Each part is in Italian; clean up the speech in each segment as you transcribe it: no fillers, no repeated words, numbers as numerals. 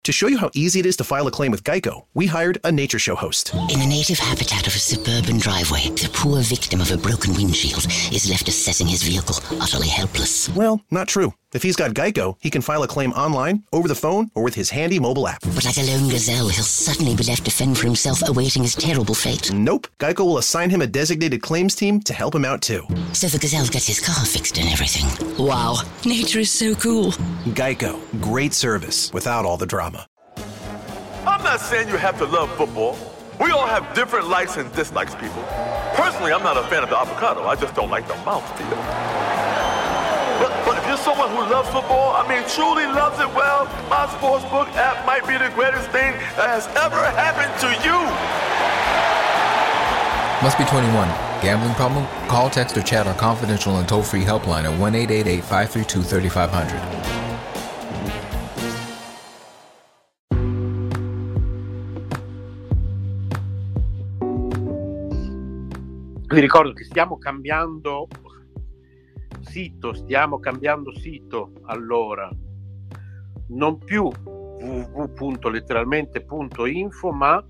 To show you how easy it is to file a claim with Geico, we hired a nature show host. In the native habitat of a suburban driveway, the poor victim of a broken windshield is left assessing his vehicle, utterly helpless. Well, not true. If he's got Geico, he can file a claim online, over the phone, or with his handy mobile app. But like a lone gazelle, he'll suddenly be left to fend for himself, awaiting his terrible fate. Nope. Geico will assign him a designated claims team to help him out too. So the gazelle gets his car fixed and everything. Wow, nature is so cool. Geico. Great service without all the drama. I'm not saying you have to love football. We all have different likes and dislikes, people. Personally, I'm not a fan of the avocado. I just don't like the mouthfeel. But if you're someone who loves football, I mean, truly loves it, well, my sportsbook app might be the greatest thing that has ever happened to you. Must be 21. Gambling problem? Call, text, or chat our confidential and toll-free helpline at 1-888-532-3500. Vi ricordo che stiamo cambiando sito, allora non più www.letteralmente.info ma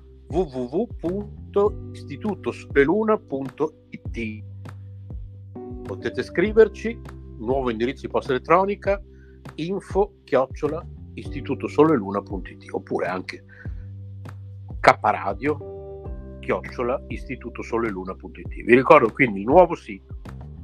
www.istitutosoleluna.it. Potete scriverci, nuovo indirizzo di posta elettronica info@istitutosoleluna.it, oppure anche kradio @istitutosoleluna.it. Vi ricordo quindi il nuovo sito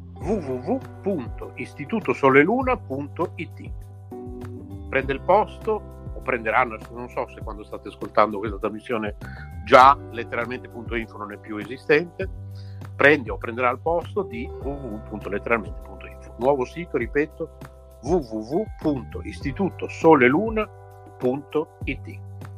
www.istitutosoleluna.it. Prende il posto, o prenderanno, non so se quando state ascoltando questa trasmissione già letteralmente.info non è più esistente, prende o prenderà il posto di www.letteralmente.info. Nuovo sito, ripeto, www.istitutosoleluna.it.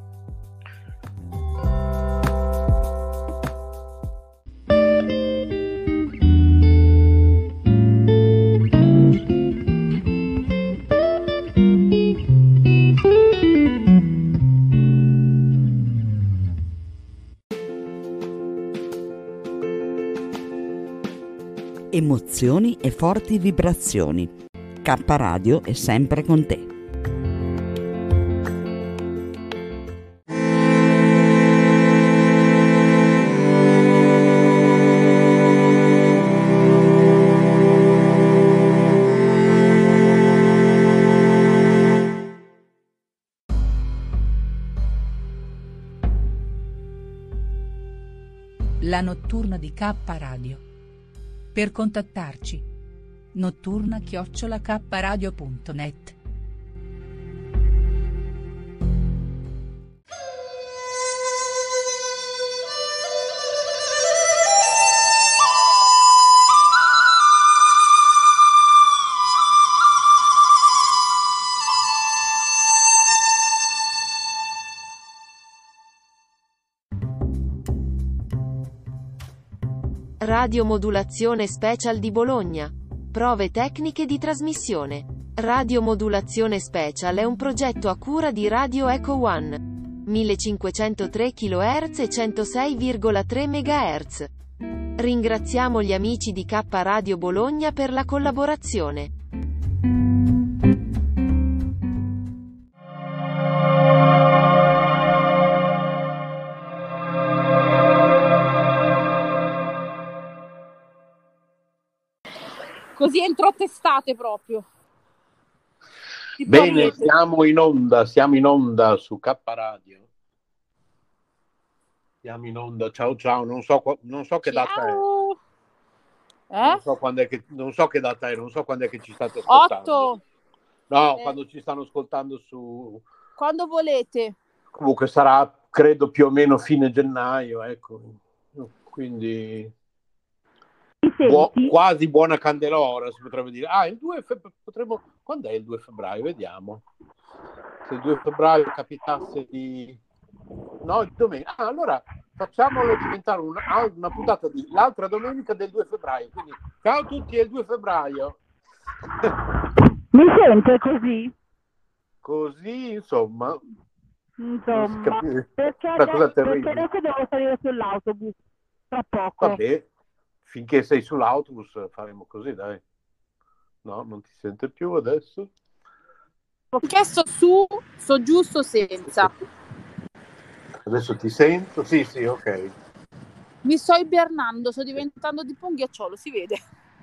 Emozioni e forti vibrazioni. K Radio è sempre con te. La notturna di K Radio. Per contattarci, notturna@kradio.net. Radiomodulazione Special di Bologna. Prove tecniche di trasmissione. Radiomodulazione Special è un progetto a cura di Radio Echo One. 1503 kHz e 106,3 MHz. Ringraziamo gli amici di K Radio Bologna per la collaborazione. Così entro a testate proprio. Bene, siamo in onda su K Radio. Siamo in onda, ciao, non so che data è. Non so che data è, non so quando è che ci state ascoltando. 8. No, quando ci stanno ascoltando su... Quando volete. Comunque sarà, credo, più o meno fine gennaio, ecco. Quindi... quasi buona candelora, si potrebbe dire. Il 2 potremmo... Quando è il 2 febbraio? Vediamo. Se il 2 febbraio capitasse di... No, domenica. Allora facciamolo diventare una puntata di l'altra domenica del 2 febbraio. Quindi, ciao a tutti, è il 2 febbraio. Mi sente così? Così, insomma. Perché adesso devo salire sull'autobus. Tra poco. Vabbè. Finché sei sull'autobus faremo così, dai. No, non ti sente più adesso. Perché sto giù, sto senza. Adesso ti sento? Sì, ok. Mi sto ibernando, sto diventando tipo un ghiacciolo, si vede.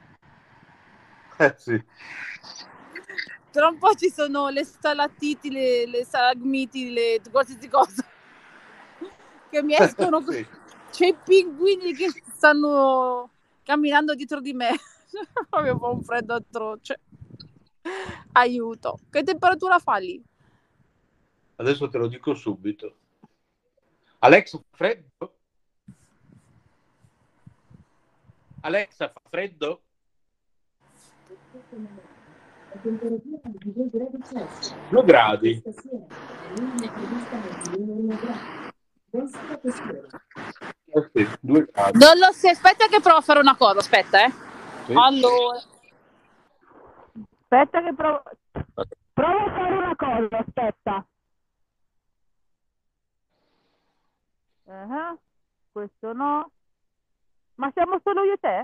Sì. Tra un po' ci sono le stalattiti, le stalagmiti, le qualsiasi cosa che mi escono. Sì. C'è i pinguini che stanno camminando dietro di me. Proprio fa un freddo atroce. Aiuto. Che temperatura fa lì? Adesso te lo dico subito. Alexa, fa freddo? Alexa, fa freddo? La temperatura è di 2 gradi Celsius. 2 gradi. Stasera, la linea è prevista di 1 grado. Densità atmosferica. Sì, 2 gradi. Non lo so, aspetta che provo a fare una cosa, aspetta, Sì. Allora. Aspetta che provo a fare una cosa, aspetta. Questo no. Ma siamo solo io e te?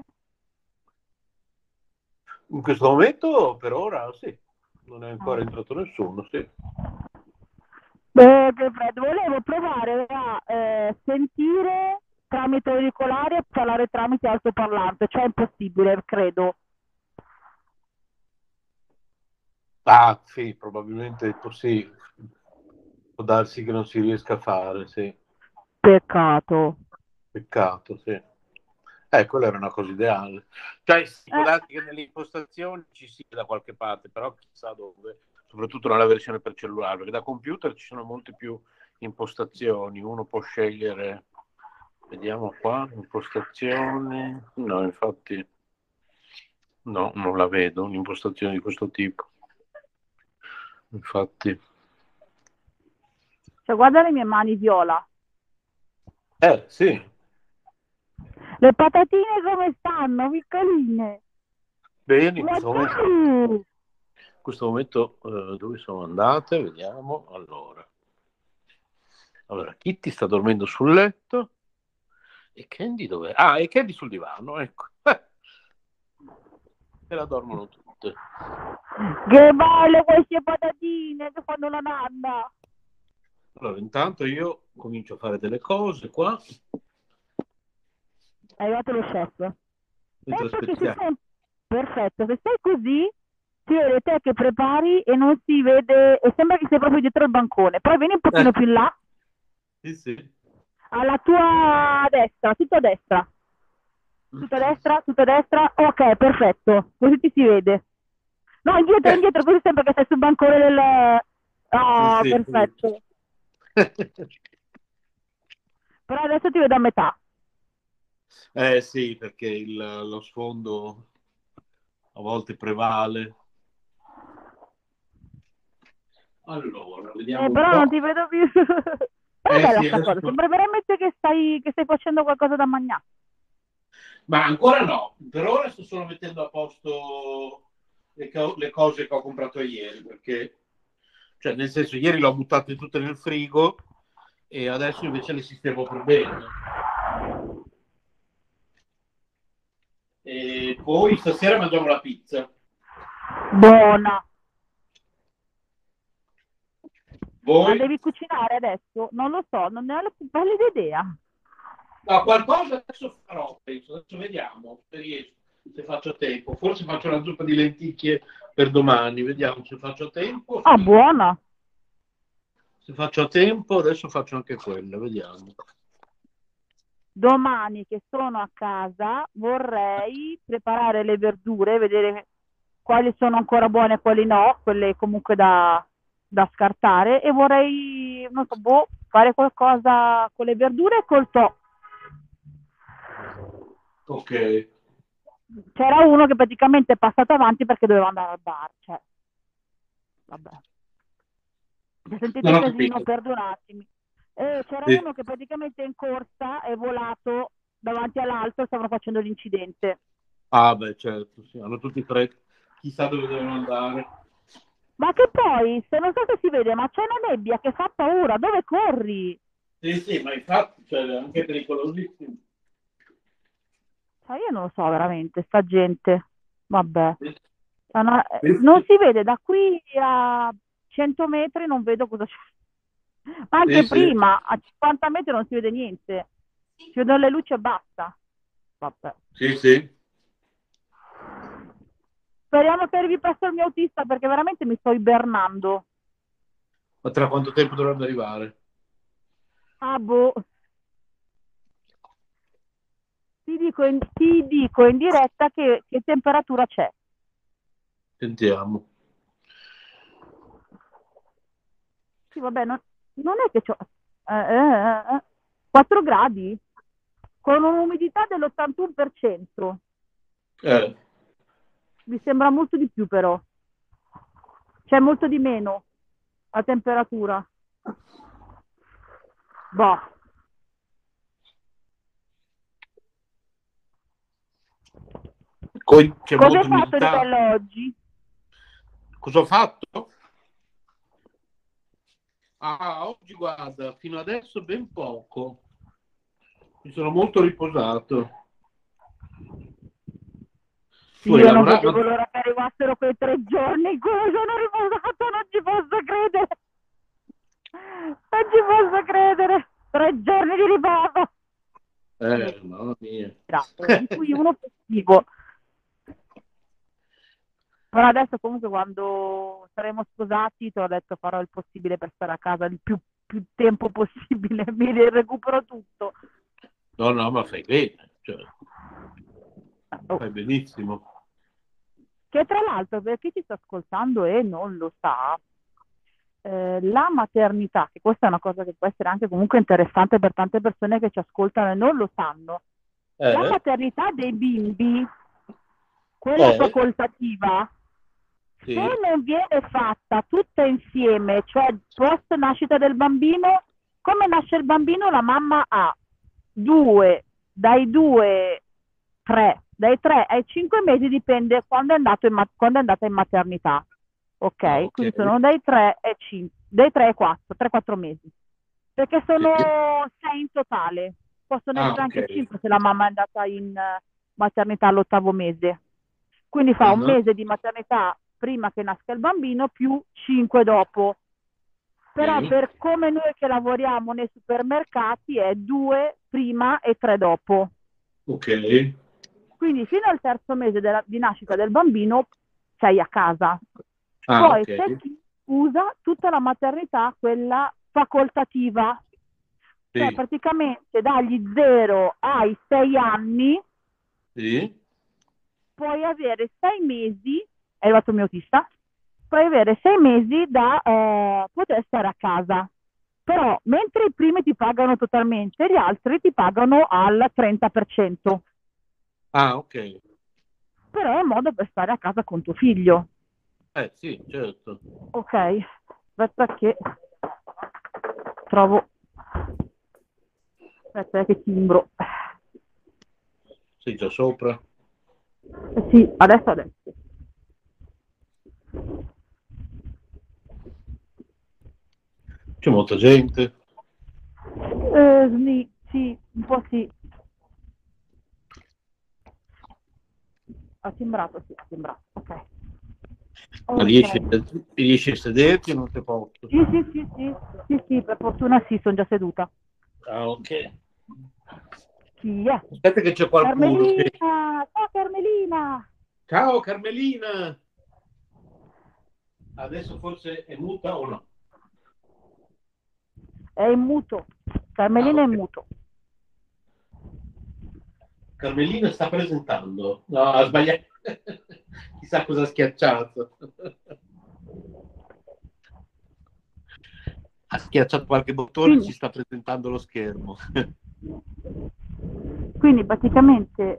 In questo momento, per ora, sì. Non è ancora entrato nessuno, sì. Beh, che freddo. Volevo provare a sentire tramite auricolari e parlare tramite altoparlante, cioè è impossibile, credo. Ah, sì, probabilmente sì. Può darsi che non si riesca a fare, sì. Peccato, sì. Quella era una cosa ideale. Cioè, si può darsi che nelle impostazioni ci sia da qualche parte, però chissà dove, soprattutto nella versione per cellulare, perché da computer ci sono molte più impostazioni, uno può scegliere, vediamo qua, impostazioni, no, infatti, no, non la vedo, un'impostazione di questo tipo. Infatti. Cioè, guarda le mie mani viola. Sì. Le patatine come stanno, piccoline? Bene, in questo momento dove sono andate? Vediamo. Allora, Kitty sta dormendo sul letto e Candy dov'è? Ah, e Candy sul divano, ecco. E la dormono tutte. Che belle queste patatine che fanno la nanna. Allora, intanto io comincio a fare delle cose qua. È arrivato lo chef. Perfetto, se sei così si vede te che prepari e non si vede, e sembra che sei proprio dietro il bancone. Poi vieni un pochino più in là. Sì. Alla tua destra, tutto a destra. Tutto a destra. Ok, perfetto. Così ti si vede. No, indietro, così sembra che sei sul bancone del... Oh, sì, perfetto. Però adesso ti vedo a metà. Sì, perché lo sfondo a volte prevale. Allora, vediamo però un po'. non ti vedo più. Però è bella sta cosa, sembra veramente che stai facendo qualcosa da mangiare. Ma ancora no, per ora sto solo mettendo a posto le cose che ho comprato ieri, perché, cioè, nel senso, ieri le ho buttate tutte nel frigo e adesso invece le sistemo per bene. E poi stasera mangiamo la pizza. Buona. Voi? Ma devi cucinare adesso? Non lo so, non ne ho la più pallida idea. No, qualcosa adesso farò, penso. Adesso vediamo se riesco, se faccio tempo. Forse faccio una zuppa di lenticchie per domani, vediamo se faccio tempo. Ah, buona. Se faccio tempo, adesso faccio anche quella, vediamo. Domani che sono a casa vorrei preparare le verdure, vedere quali sono ancora buone e quali no, quelle comunque da scartare, e vorrei, non so, fare qualcosa con le verdure e col tò. Ok. C'era uno che praticamente è passato avanti perché doveva andare al bar, cioè. Vabbè. Se sentite il casino, perdonatemi. C'era uno che praticamente in corsa è volato davanti all'altro e stavano facendo l'incidente. Ah, beh, certo, sì, hanno tutti fretta. Chissà dove devono andare. Ma che poi, se non so se si vede, ma c'è una nebbia che fa paura, dove corri? Sì, ma infatti, cioè, è anche pericolosissimo. Io non lo so veramente, sta gente. Vabbè. Non si vede da qui a 100 metri non vedo cosa c'è. Ma anche Sì. prima, a 50 metri non si vede niente. Si vedono le luci e basta. Vabbè. Sì. Speriamo che arrivi presto il mio autista perché veramente mi sto ibernando. Ma tra quanto tempo dovrebbe arrivare? Ah, boh. Ti dico in diretta che temperatura c'è. Sentiamo. Sì, vabbè, non è che c'ho 4 gradi con un'umidità dell'81%. Mi sembra molto di più, però. C'è molto di meno la temperatura. Boh. C'è Cosa hai molta fatto di umidità. bello oggi? Cosa ho fatto? Oggi guarda, fino adesso ben poco. Mi sono molto riposato. Sì, io non vedevo l'ora che arrivassero quei 3 giorni in cui mi sono riposato, non ci posso credere. Non ci posso credere. 3 giorni di riposo. Mamma mia. Di cui uno festivo. Però adesso comunque quando saremo sposati ti ho detto farò il possibile per stare a casa il più tempo possibile, mi recupero tutto. No, ma fai bene, cioè, fai benissimo. Che tra l'altro, per chi ci sta ascoltando e non lo sa, la maternità, che questa è una cosa che può essere anche comunque interessante per tante persone che ci ascoltano e non lo sanno, la maternità dei bimbi, quella facoltativa, sì, se non viene fatta tutta insieme, cioè post nascita del bambino, come nasce il bambino la mamma ha dai 3 ai 5 mesi, dipende quando è andata in maternità. Ok? Quindi sono dai 3 ai 4 mesi. Perché sono 6 in totale. Possono essere anche 5 se la mamma è andata in maternità all'8° mese. Quindi fa un mese di maternità prima che nasca il bambino più 5 dopo. Però per come noi che lavoriamo nei supermercati è 2 prima e 3 dopo. Ok. Quindi fino al 3° mese di nascita del bambino sei a casa. Poi c'è chi usa tutta la maternità, quella facoltativa. Sì. Cioè praticamente dagli 0 ai 6 anni puoi avere 6 mesi, è arrivato il mio autista, puoi avere 6 mesi da poter stare a casa. Però mentre i primi ti pagano totalmente, gli altri ti pagano al 30%. Ok. Però è un modo per stare a casa con tuo figlio. Sì, certo. Ok, aspetta che trovo... Aspetta che timbro. Sei già sopra? Sì, adesso. C'è molta gente? Sì, un po' sì. Ha timbrato, ok. Ma riesci a sederti o non ti posso? Sì, per fortuna sì, sono già seduta. Ok. Chi è? Aspetta che c'è qualcuno. Carmelina! Ciao Carmelina! Ciao Carmelina! Adesso forse è muta o no? È in muto. Carmelina è in muto. Carmelina sta presentando. No, ha sbagliato. Chissà cosa ha schiacciato. Ha schiacciato qualche bottone e ci sta presentando lo schermo. Quindi praticamente,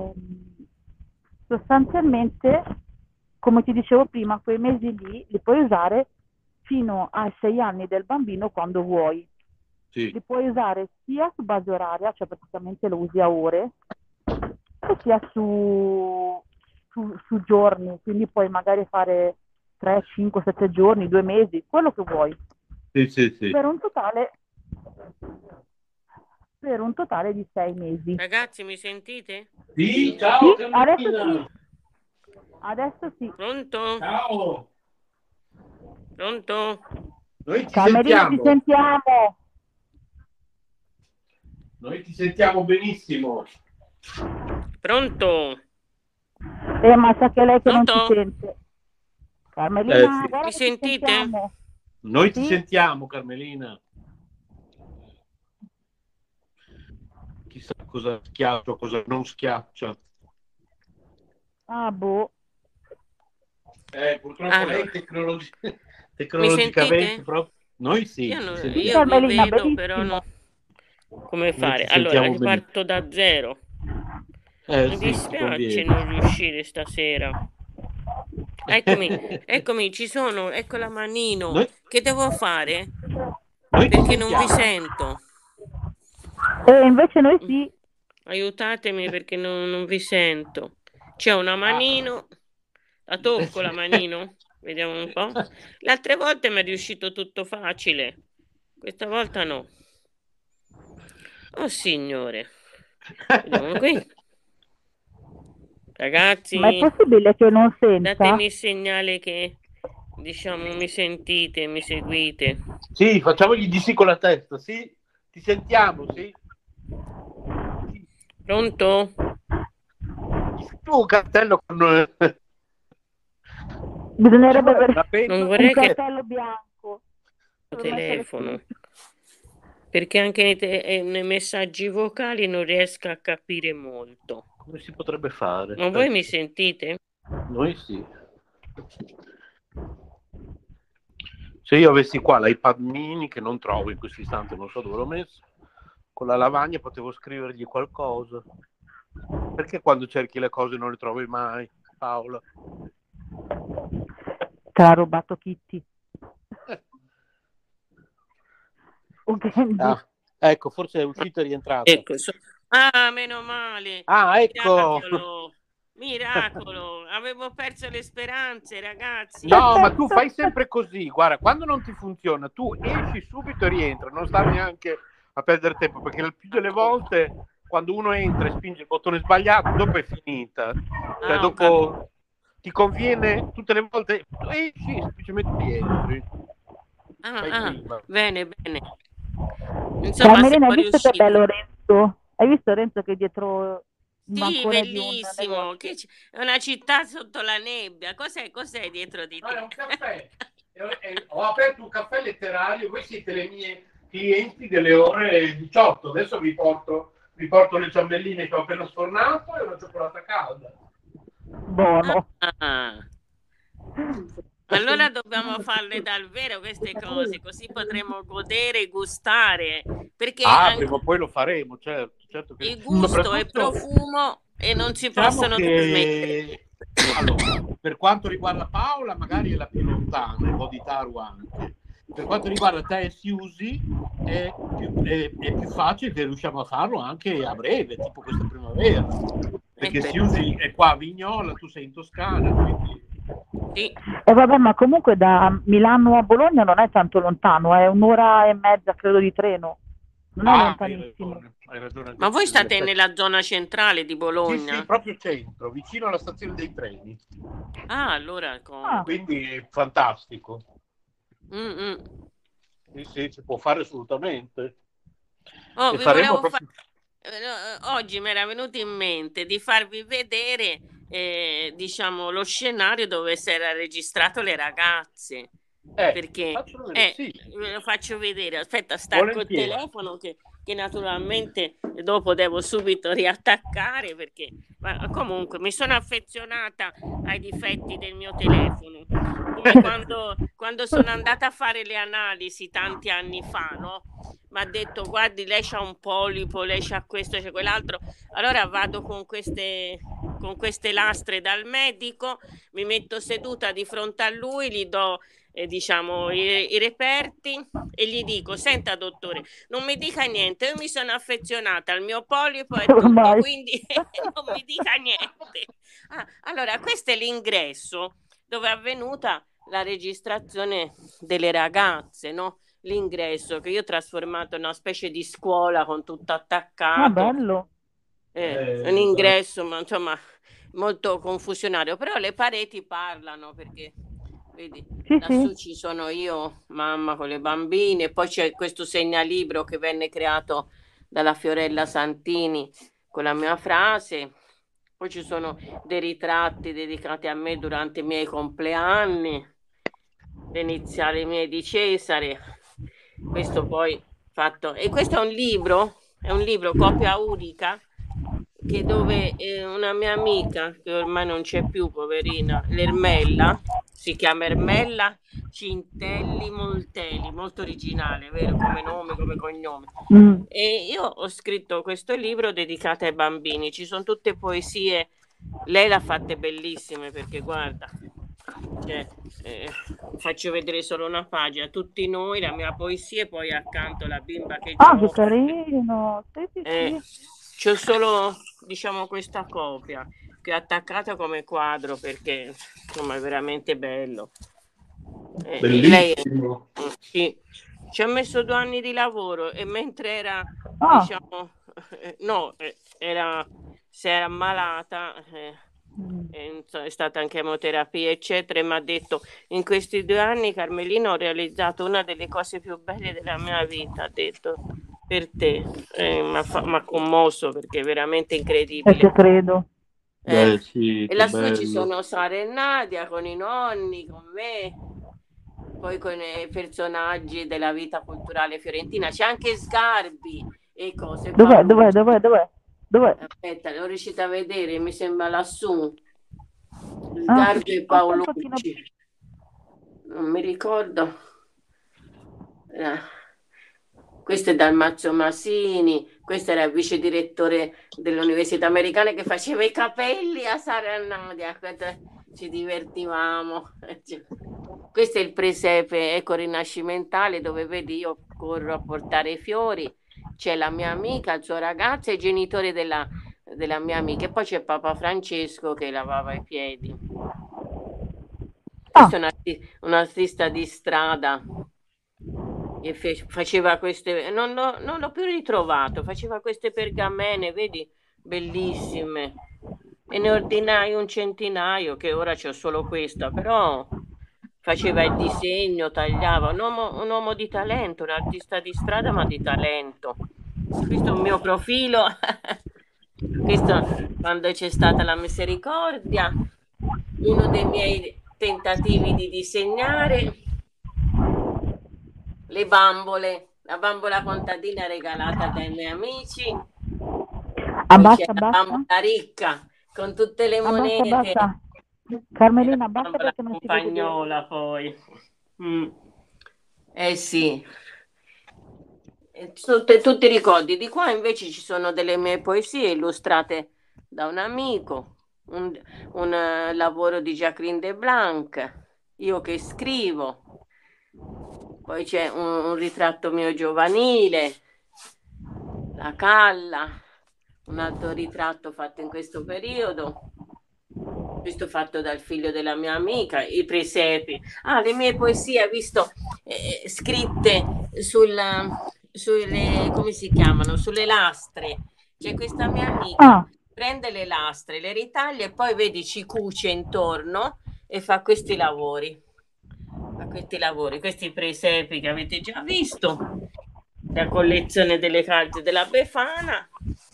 sostanzialmente, come ti dicevo prima, quei mesi lì li puoi usare fino ai 6 anni del bambino quando vuoi. Sì. Li puoi usare sia su base oraria, cioè praticamente lo usi a ore, sia su giorni, quindi puoi magari fare 3, 5, 7 giorni, 2 mesi, quello che vuoi. Sì. Per un totale di 6 mesi. Ragazzi, mi sentite? Sì, ciao Sì, Carmelina. adesso sì. Pronto? Ciao. Pronto? Noi ti Carmelina, ti sentiamo. Noi ti sentiamo benissimo. Pronto? Ma sa che lei che non Pronto? ci sente. Carmelina, Sì. guarda Mi che sentite? ti sentiamo. Noi ti Sì. sentiamo, Carmelina. Chissà cosa schiaccia, cosa non schiaccia. Ah, boh. Purtroppo lei tecnologicamente sentite? proprio... Noi sì. Io, ti io sentiamo. vi Carmelina, vedo, benissimo. però non... Come fare? ti Allora, sentiamo benissimo. parto da zero. Mi Sì, ti dispiace conviene. non riuscire stasera. Eccomi, ci sono, ecco la manino. Noi- Che devo fare? Noi ti Perché non vi sentiamo. sento. Invece noi sì. Aiutatemi perché non vi sento. C'è una manino. La tocco la manino? Vediamo un po'. Le altre volte mi è riuscito tutto facile. Questa volta no. Oh signore. Vediamo qui. Ragazzi, Ma è possibile che non senta? datemi il segnale che, diciamo, mi sentite, mi seguite. Sì, facciamogli di sì con la testa, sì? Ti sentiamo, sì? Pronto? Tu un cartello con... Bisognerebbe avere Non un vorrei che cartello bianco. il telefono. Perché anche nei messaggi vocali non riesco a capire molto. Come si potrebbe fare? Ma voi mi sentite? Noi sì. Se io avessi qua l'iPad mini, che non trovo in questo istante, non so dove l'ho messo, con la lavagna potevo scrivergli qualcosa. Perché quando cerchi le cose non le trovi mai, Paola? Te l'ha rubato Kitty. Ecco, forse è uscito e rientrato. Ecco, ah, meno male. Ah, ecco. Miracolo. Avevo perso le speranze, ragazzi. No, ma tu fai sempre così. Guarda, quando non ti funziona, tu esci subito e rientri. Non stai neanche a perdere tempo, perché il più delle volte, quando uno entra e spinge il bottone sbagliato, dopo è finita. Cioè, dopo ti conviene tutte le volte, tu esci e semplicemente rientri. Bene. Insomma, Carmelina, hai siamo visto che riusciti. bello Renzo? Hai visto Renzo che dietro il Sì, bancone di un bellissimo. negozio? È una città sotto la nebbia. Cos'è dietro di te? No, è un caffè. Ho aperto un caffè letterario. Voi siete le mie clienti delle ore 18. Adesso vi porto le ciambelline che ho appena sfornato e una cioccolata calda. Buono. Allora dobbiamo farle dal vero queste cose, così potremo godere e gustare. Perché anche Prima o poi lo faremo, certo che... il gusto e il profumo e non si possono trasmettere. Allora, per quanto riguarda Paola, magari è la più lontana, e Bodhitaru anche. Per quanto riguarda te e Siusi, è più facile che riusciamo a farlo anche a breve, tipo questa primavera. Perché Siusi è qua a Vignola, tu sei in Toscana, quindi... Sì. E vabbè, ma comunque da Milano a Bologna non è tanto lontano, è 1 ora e mezza, credo, di treno. Non è lontanissimo. Hai ragione. Ma voi state nella zona centrale di Bologna? Sì, proprio centro, vicino alla stazione dei treni. Allora... Quindi fantastico. Sì, si può fare assolutamente. Oggi mi era venuto in mente di farvi vedere diciamo lo scenario dove si era registrato le ragazze, perché ve lo faccio vedere. Aspetta, stacco il telefono che naturalmente dopo devo subito riattaccare, perché comunque mi sono affezionata ai difetti del mio telefono, come quando sono andata a fare le analisi tanti anni fa, no? Mi ha detto: guardi, lei c'ha un polipo, lei c'ha questo, c'è quell'altro. Allora vado con queste lastre dal medico, mi metto seduta di fronte a lui, gli do diciamo i reperti e gli dico: senta dottore, non mi dica niente, io mi sono affezionata al mio polipo e tutto, quindi non mi dica niente. Allora, questo è l'ingresso dove è avvenuta la registrazione delle ragazze, no? L'ingresso che io ho trasformato in una specie di scuola con tutto attaccato. Ah, bello. Un ingresso, ma insomma molto confusionario, però le pareti parlano, perché vedi, Sì, lassù sì. ci sono io, mamma con le bambine, poi c'è questo segnalibro che venne creato dalla Fiorella Santini con la mia frase, poi ci sono dei ritratti dedicati a me durante i miei compleanni, le iniziali mie di Cesare, questo poi fatto, e questo è un libro copia unica, che dove una mia amica, che ormai non c'è più, poverina, l'Ermella, si chiama Ermella Cintelli Molteli, molto originale, vero? Come nome, come cognome. E io ho scritto questo libro dedicato ai bambini, ci sono tutte poesie, lei l'ha fatte bellissime perché guarda, cioè, faccio vedere solo una pagina, tutti noi, la mia poesia e poi accanto la bimba che Ah, che gioca. carino. Sì, sì, sì. C'ho solo, diciamo, questa copia che è attaccata come quadro perché insomma è veramente bello. Lei sì, ci ha messo 2 anni di lavoro e mentre era, diciamo, no, si era ammalata, è stata in chemoterapia, eccetera, e mi ha detto: in questi 2 anni, Carmelina, ho realizzato una delle cose più belle della mia vita, ha detto, per te. Mi ha commosso perché è veramente incredibile. Che credo. Sì, e lassù ci sono Sara e Nadia con i nonni, con me, poi con i personaggi della vita culturale fiorentina, c'è anche Sgarbi e cose. Dov'è? Aspetta, l'ho riuscita a vedere, mi sembra lassù. Sgarbi e Paolucci. Non mi ricordo. Questo è Dalmazio Masini, questo era il vice direttore dell'Università Americana che faceva i capelli a Sara e Nadia, ci divertivamo. Questo è il presepe eco-rinascimentale dove vedi io corro a portare i fiori, c'è la mia amica, il suo ragazzo e i genitori della mia amica e poi c'è Papa Francesco che lavava i piedi. Questo è un artista di strada e faceva queste, non l'ho più ritrovato, faceva queste pergamene, vedi, bellissime, e ne ordinai un centinaio, che ora c'ho solo questa, però faceva il disegno, tagliava, un uomo di talento, un artista di strada ma di talento. Questo è un mio profilo, questo quando c'è stata la misericordia, uno dei miei tentativi di disegnare, le bambole, la bambola contadina regalata dai miei amici, poi c'è la bambola ricca con tutte le monete. Abbassa. Carmelina, abbassa La perché non si vede compagnola poi. Sì. Tutti i ricordi. Di qua invece ci sono delle mie poesie illustrate da un amico, un lavoro di Jacqueline de Blanc, io che scrivo. Poi c'è un ritratto mio giovanile, la Calla, un altro ritratto fatto in questo periodo, questo fatto dal figlio della mia amica, i presepi. Le mie poesie, visto, scritte sulle, come si chiamano, sulle lastre. C'è questa mia amica, prende le lastre, le ritaglia e poi vedi ci cuce intorno e fa questi lavori. Questi presepi che avete già visto, la collezione delle carte della Befana,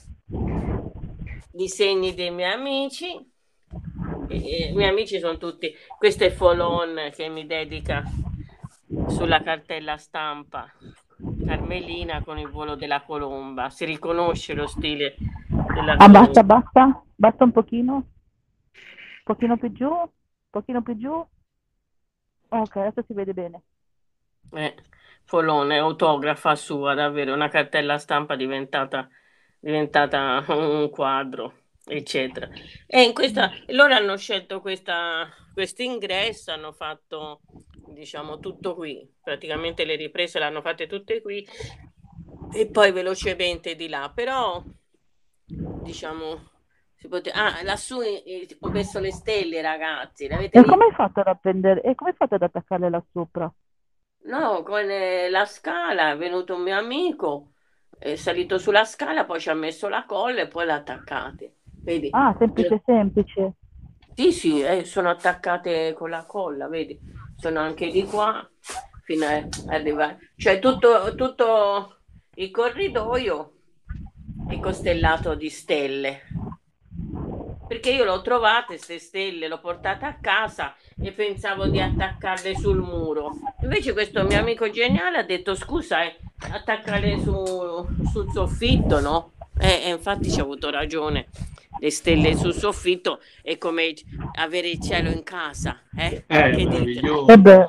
disegni dei miei amici. I miei amici sono tutti, questo è Folon che mi dedica sulla cartella stampa, Carmelina con il volo della colomba, si riconosce lo stile della colomba. Basta un pochino più giù. Ok, adesso si vede bene. Folone, autografa sua, davvero, una cartella stampa diventata un quadro, eccetera. E in questa, loro hanno scelto questo ingresso, hanno fatto, diciamo, tutto qui, praticamente le riprese le hanno fatte tutte qui e poi velocemente di là, però, diciamo... lassù ho messo le stelle, ragazzi. E come hai fatto ad appendere? E come hai fatto ad attaccarle là sopra? No, con la scala è venuto un mio amico, è salito sulla scala, poi ci ha messo la colla e poi l'ha attaccate. Vedi? Semplice. Sì, sono attaccate con la colla, vedi? sono anche di qua fino a arrivare, cioè tutto il corridoio è costellato di stelle, perché io l'ho trovate queste stelle, l'ho portate a casa e pensavo di attaccarle sul muro, invece questo mio amico geniale ha detto scusa, attaccarle sul soffitto, no? E infatti ci ha avuto ragione, le stelle sul soffitto è come avere il cielo in casa, che meraviglioso.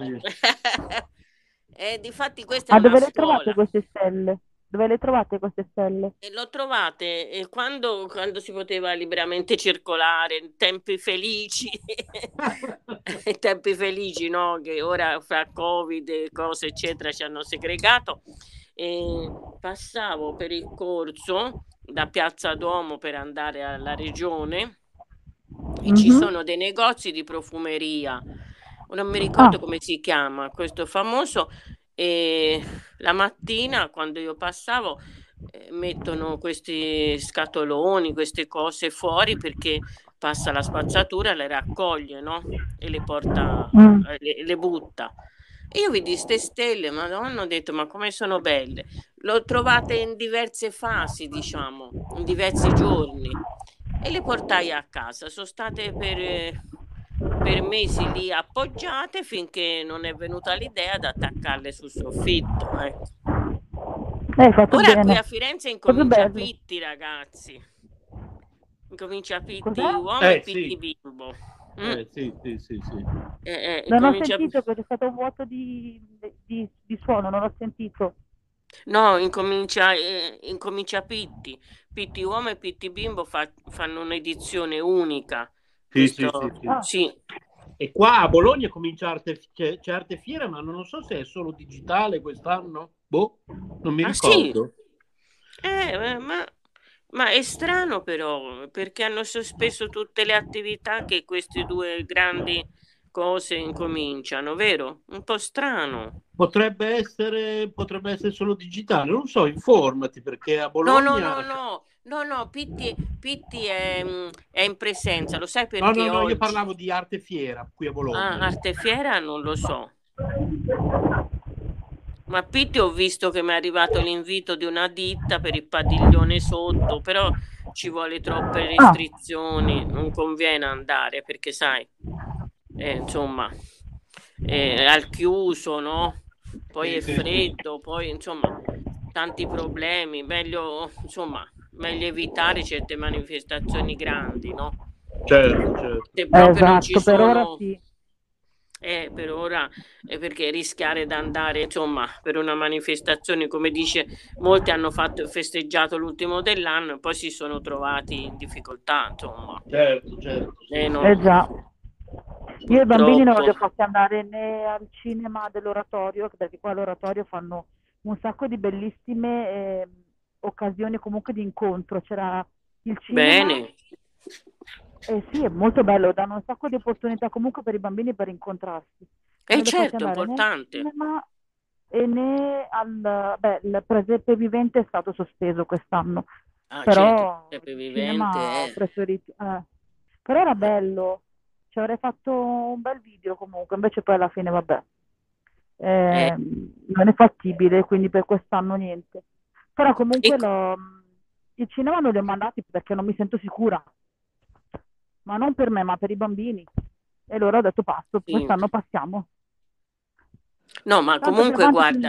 Difatti questa è una dove le scuola. trovate queste stelle? Dove le trovate queste stelle? E l'ho trovate quando si poteva liberamente circolare, in tempi felici, in tempi felici, no? Che ora fra Covid e cose eccetera ci hanno segregato. E passavo per il corso da Piazza Duomo per andare alla regione e ci sono dei negozi di profumeria, non mi ricordo come si chiama questo famoso, e la mattina quando io passavo mettono questi scatoloni, queste cose fuori perché passa la spazzatura, le raccoglie, no? E le porta, le butta. E io vidi ste stelle, madonna, ho detto ma come sono belle. L'ho trovate in diverse fasi, diciamo, in diversi giorni e le portai a casa. Sono state per mesi lì appoggiate finché non è venuta l'idea di attaccarle sul soffitto. Ora bene. qui a Firenze incomincia Pitti, ragazzi. Incomincia Pitti uomo e Pitti bimbo. Sì. Non ho sentito perché è stato un vuoto di suono, non ho sentito. No, incomincia Pitti uomo e Pitti bimbo fanno un'edizione unica. Sì. E qua a Bologna comincia c'è Arte Fiera, ma non so se è solo digitale quest'anno. Non mi ricordo. Sì. Ma è strano però, perché hanno sospeso tutte le attività che queste due grandi cose incominciano, vero? Un po' strano. Potrebbe essere solo digitale, non so, informati, perché a Bologna... No, Pitti è in presenza, lo sai perché No, oggi... io parlavo di Arte Fiera qui a Bologna. Arte Fiera non lo so. Ma Pitti ho visto che mi è arrivato l'invito di una ditta per il padiglione sotto, però ci vuole troppe restrizioni, non conviene andare perché sai, insomma, al chiuso, no? Poi è freddo, poi insomma, tanti problemi, meglio evitare certe manifestazioni grandi, no? Certo. Se proprio non ci sono... per ora sì. Per ora perché rischiare di andare insomma per una manifestazione, come dice, molti hanno festeggiato l'ultimo dell'anno e poi si sono trovati in difficoltà, insomma. Certo. Già. Io i bambini non li ho fatti andare né al cinema dell'oratorio, perché qua all'oratorio fanno un sacco di bellissime occasioni comunque di incontro. C'era il cinema. Bene. Sì, è molto bello, danno un sacco di opportunità comunque per i bambini per incontrarsi. Certo, è importante. E né il presepe vivente è stato sospeso quest'anno. Però certo, il vivente preferito. Però era bello, ci avrei fatto un bel video comunque, invece poi alla fine vabbè. Non è fattibile, quindi per quest'anno niente. Però comunque il cinema non li ho mandati perché non mi sento sicura. Ma non per me, ma per i bambini. E allora ho detto passo, quest'anno passiamo. No, ma comunque guarda,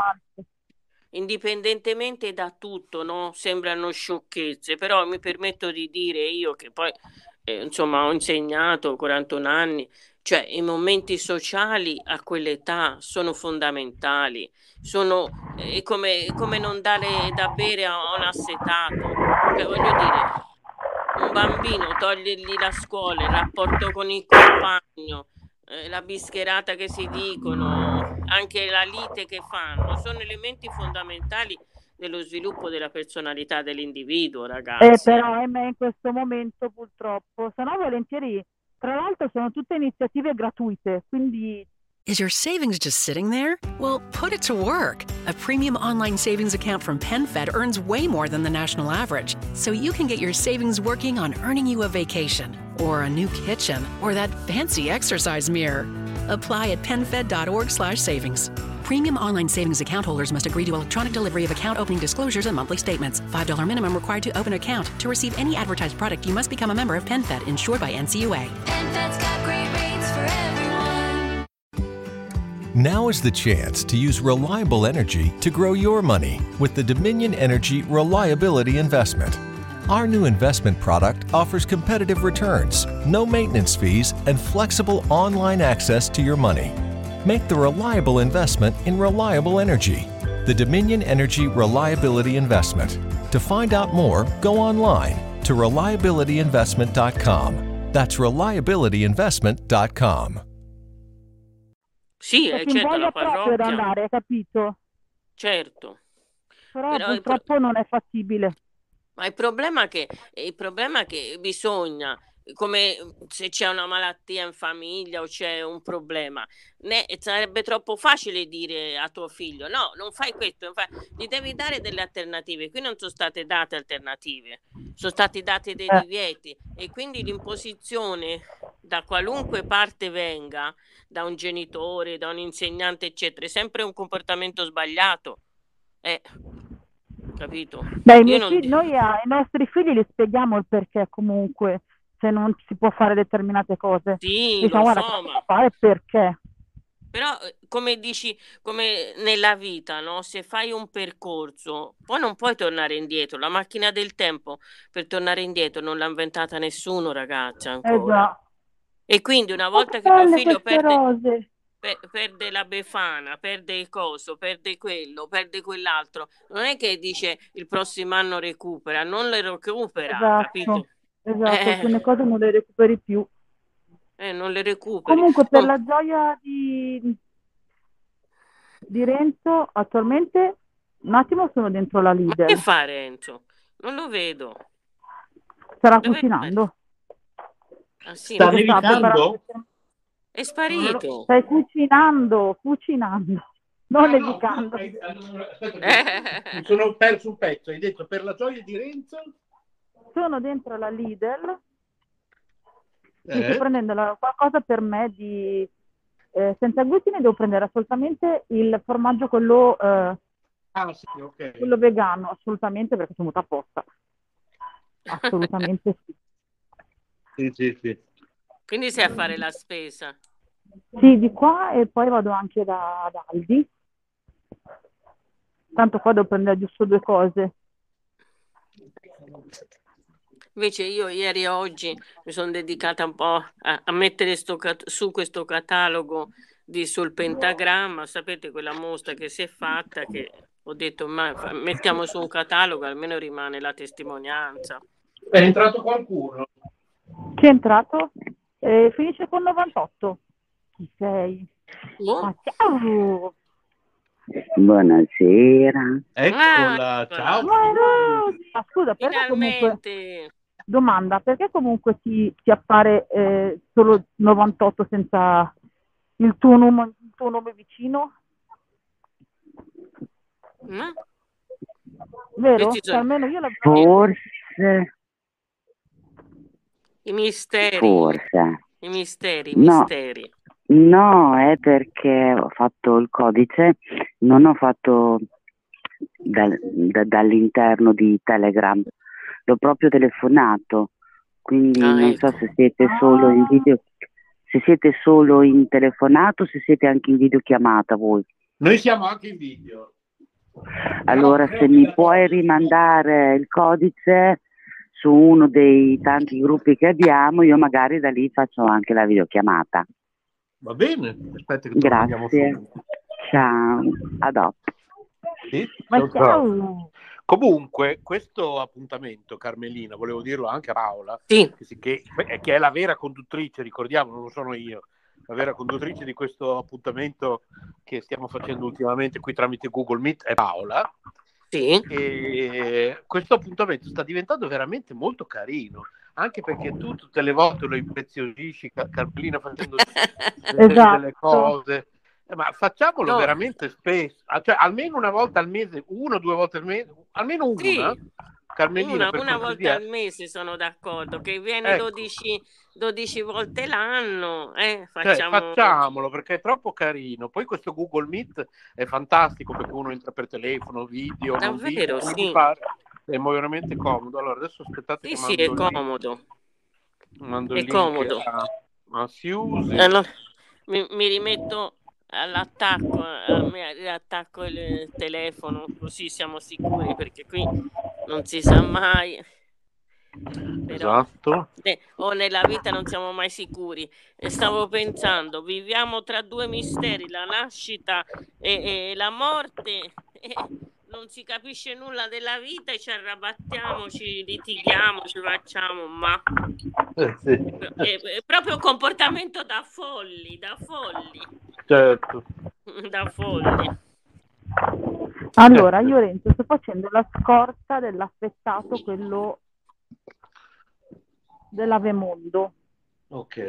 indipendentemente da tutto, no? Sembrano sciocchezze, però mi permetto di dire io che poi insomma ho insegnato 41 anni, cioè i momenti sociali a quell'età sono fondamentali, sono come non dare da bere a un assetato, cioè, voglio dire, un bambino togliergli la scuola, il rapporto con il compagno, la bischerata che si dicono, anche la lite che fanno, sono elementi fondamentali dello sviluppo della personalità dell'individuo, ragazzi. Però in questo momento purtroppo, se no volentieri, tra l'altro sono tutte iniziative gratuite, quindi... Is your savings just sitting there? Well, put it to work. A premium online savings account from PenFed earns way more than the national average, so you can get your savings working on earning you a vacation, or a new kitchen, or that fancy exercise mirror. Apply at PenFed.org/savings. Premium online savings account holders must agree to electronic delivery of account opening disclosures and monthly statements. $5 minimum required to open account. To receive any advertised product, you must become a member of PenFed, insured by NCUA. PenFed's got great rates for everyone. Now is the chance to use reliable energy to grow your money with the Dominion Energy Reliability Investment. Our new investment product offers competitive returns, no maintenance fees, and flexible online access to your money. Make the reliable investment in reliable energy. The Dominion Energy Reliability Investment. To find out more, go online to reliabilityinvestment.com. That's reliabilityinvestment.com. Sì, Perché certo, voglia la proprio ad parrocchia. andare, hai capito? Certo. Però Però purtroppo non è fattibile. Ma il problema è che bisogna, come se c'è una malattia in famiglia o c'è un problema, sarebbe troppo facile dire a tuo figlio no, non fai questo, gli devi dare delle alternative. Qui non sono state date alternative, sono stati dati dei divieti, e quindi l'imposizione da qualunque parte venga, da un genitore, da un insegnante eccetera, è sempre un comportamento sbagliato. Capito? Beh, Io noi ai nostri figli li spieghiamo il perché comunque, se non si può fare determinate cose. Sì, Diciamo, lo guarda, so, cosa si può fare perché. Però come dici, come nella vita, no? Se fai un percorso, poi non puoi tornare indietro. La macchina del tempo per tornare indietro non l'ha inventata nessuno, ragazza, ancora. Esatto. E quindi una Che volta che tuo belle figlio queste rose. perde la Befana, perde il coso, perde quello, perde quell'altro, non è che dice il prossimo anno recupera, non le recupera, capito? Esatto, alcune cose non le recuperi più. Non le recuperi. Comunque, per la gioia di Renzo, attualmente un attimo sono dentro la Ma Lidl. che fa Renzo? Non lo vedo. Starà Dove cucinando. Ah, sì, Sta ma nevicando? è sparito. Stai cucinando, non nevicando. Mi sono perso un pezzo. Hai detto per la gioia di Renzo? Sono dentro la Lidl. Sto prendendo qualcosa per me di senza glutine. Devo prendere assolutamente il formaggio quello sì, okay. quello vegano, assolutamente, perché sono venuta apposta. Assolutamente sì. Sì. Quindi sei a fare la spesa. Sì, di qua, e poi vado anche da Aldi. Tanto qua devo prendere giusto 2 cose. Invece io ieri e oggi mi sono dedicata un po' a mettere su questo catalogo sul pentagramma. Sapete, quella mostra che si è fatta, che ho detto mettiamo su un catalogo, almeno rimane la testimonianza. È entrato qualcuno? Chi è entrato? Finisce con 98. Chi sei? Oh. Ciao! Buonasera. Eccola, ciao. Ma scusa, perché comunque... Domanda, perché comunque ti appare solo 98 senza il tuo nome vicino? Vero? Almeno io la Forse. I misteri. Forse. I misteri. No, è perché ho fatto il codice, non ho fatto dall'interno di Telegram, l'ho proprio telefonato, quindi non so se siete solo in video, se siete solo in telefonato, se siete anche in videochiamata voi. Noi siamo anche in video. Allora, se mi puoi rimandare il codice su uno dei tanti gruppi che abbiamo, io magari da lì faccio anche la videochiamata. Va bene, aspetta che grazie. Ciao, a dopo. Sì? Ciao. Comunque, questo appuntamento, Carmelina, volevo dirlo anche a Paola, sì. che è la vera conduttrice, ricordiamo, non lo sono io, la vera conduttrice di questo appuntamento che stiamo facendo ultimamente qui tramite Google Meet è Paola. Sì. E questo appuntamento sta diventando veramente molto carino, anche perché tu tutte le volte lo impreziosisci, Carmelina, facendo delle cose. Ma facciamolo veramente spesso, cioè almeno una volta al mese, 1 o 2 volte al mese, almeno una. Carmelina, per Una volta cortesia. al mese sono d'accordo, che viene Ecco. 12 volte l'anno, facciamo... Facciamolo perché è troppo carino. Poi questo Google Meet è fantastico perché uno entra per telefono, video, non Davvero, video, sì. è veramente comodo. Allora adesso aspettate Sì, che sì, è mando il link. comodo. Mando È il link comodo. a Suzy. Allora, mi rimetto all'attacco, riattacco il telefono, così siamo sicuri, perché qui non si sa mai. Però, Esatto. o nella vita non siamo mai sicuri. E stavo pensando, viviamo tra due misteri, la nascita e la morte, e non si capisce nulla della vita e ci arrabattiamo, ci litighiamo, ci facciamo, ma Sì. è proprio un comportamento da folli, Certo. da folli. Allora, io Renzo sto facendo la scorta dell'affettato, quello dell'Avemondo, Ok.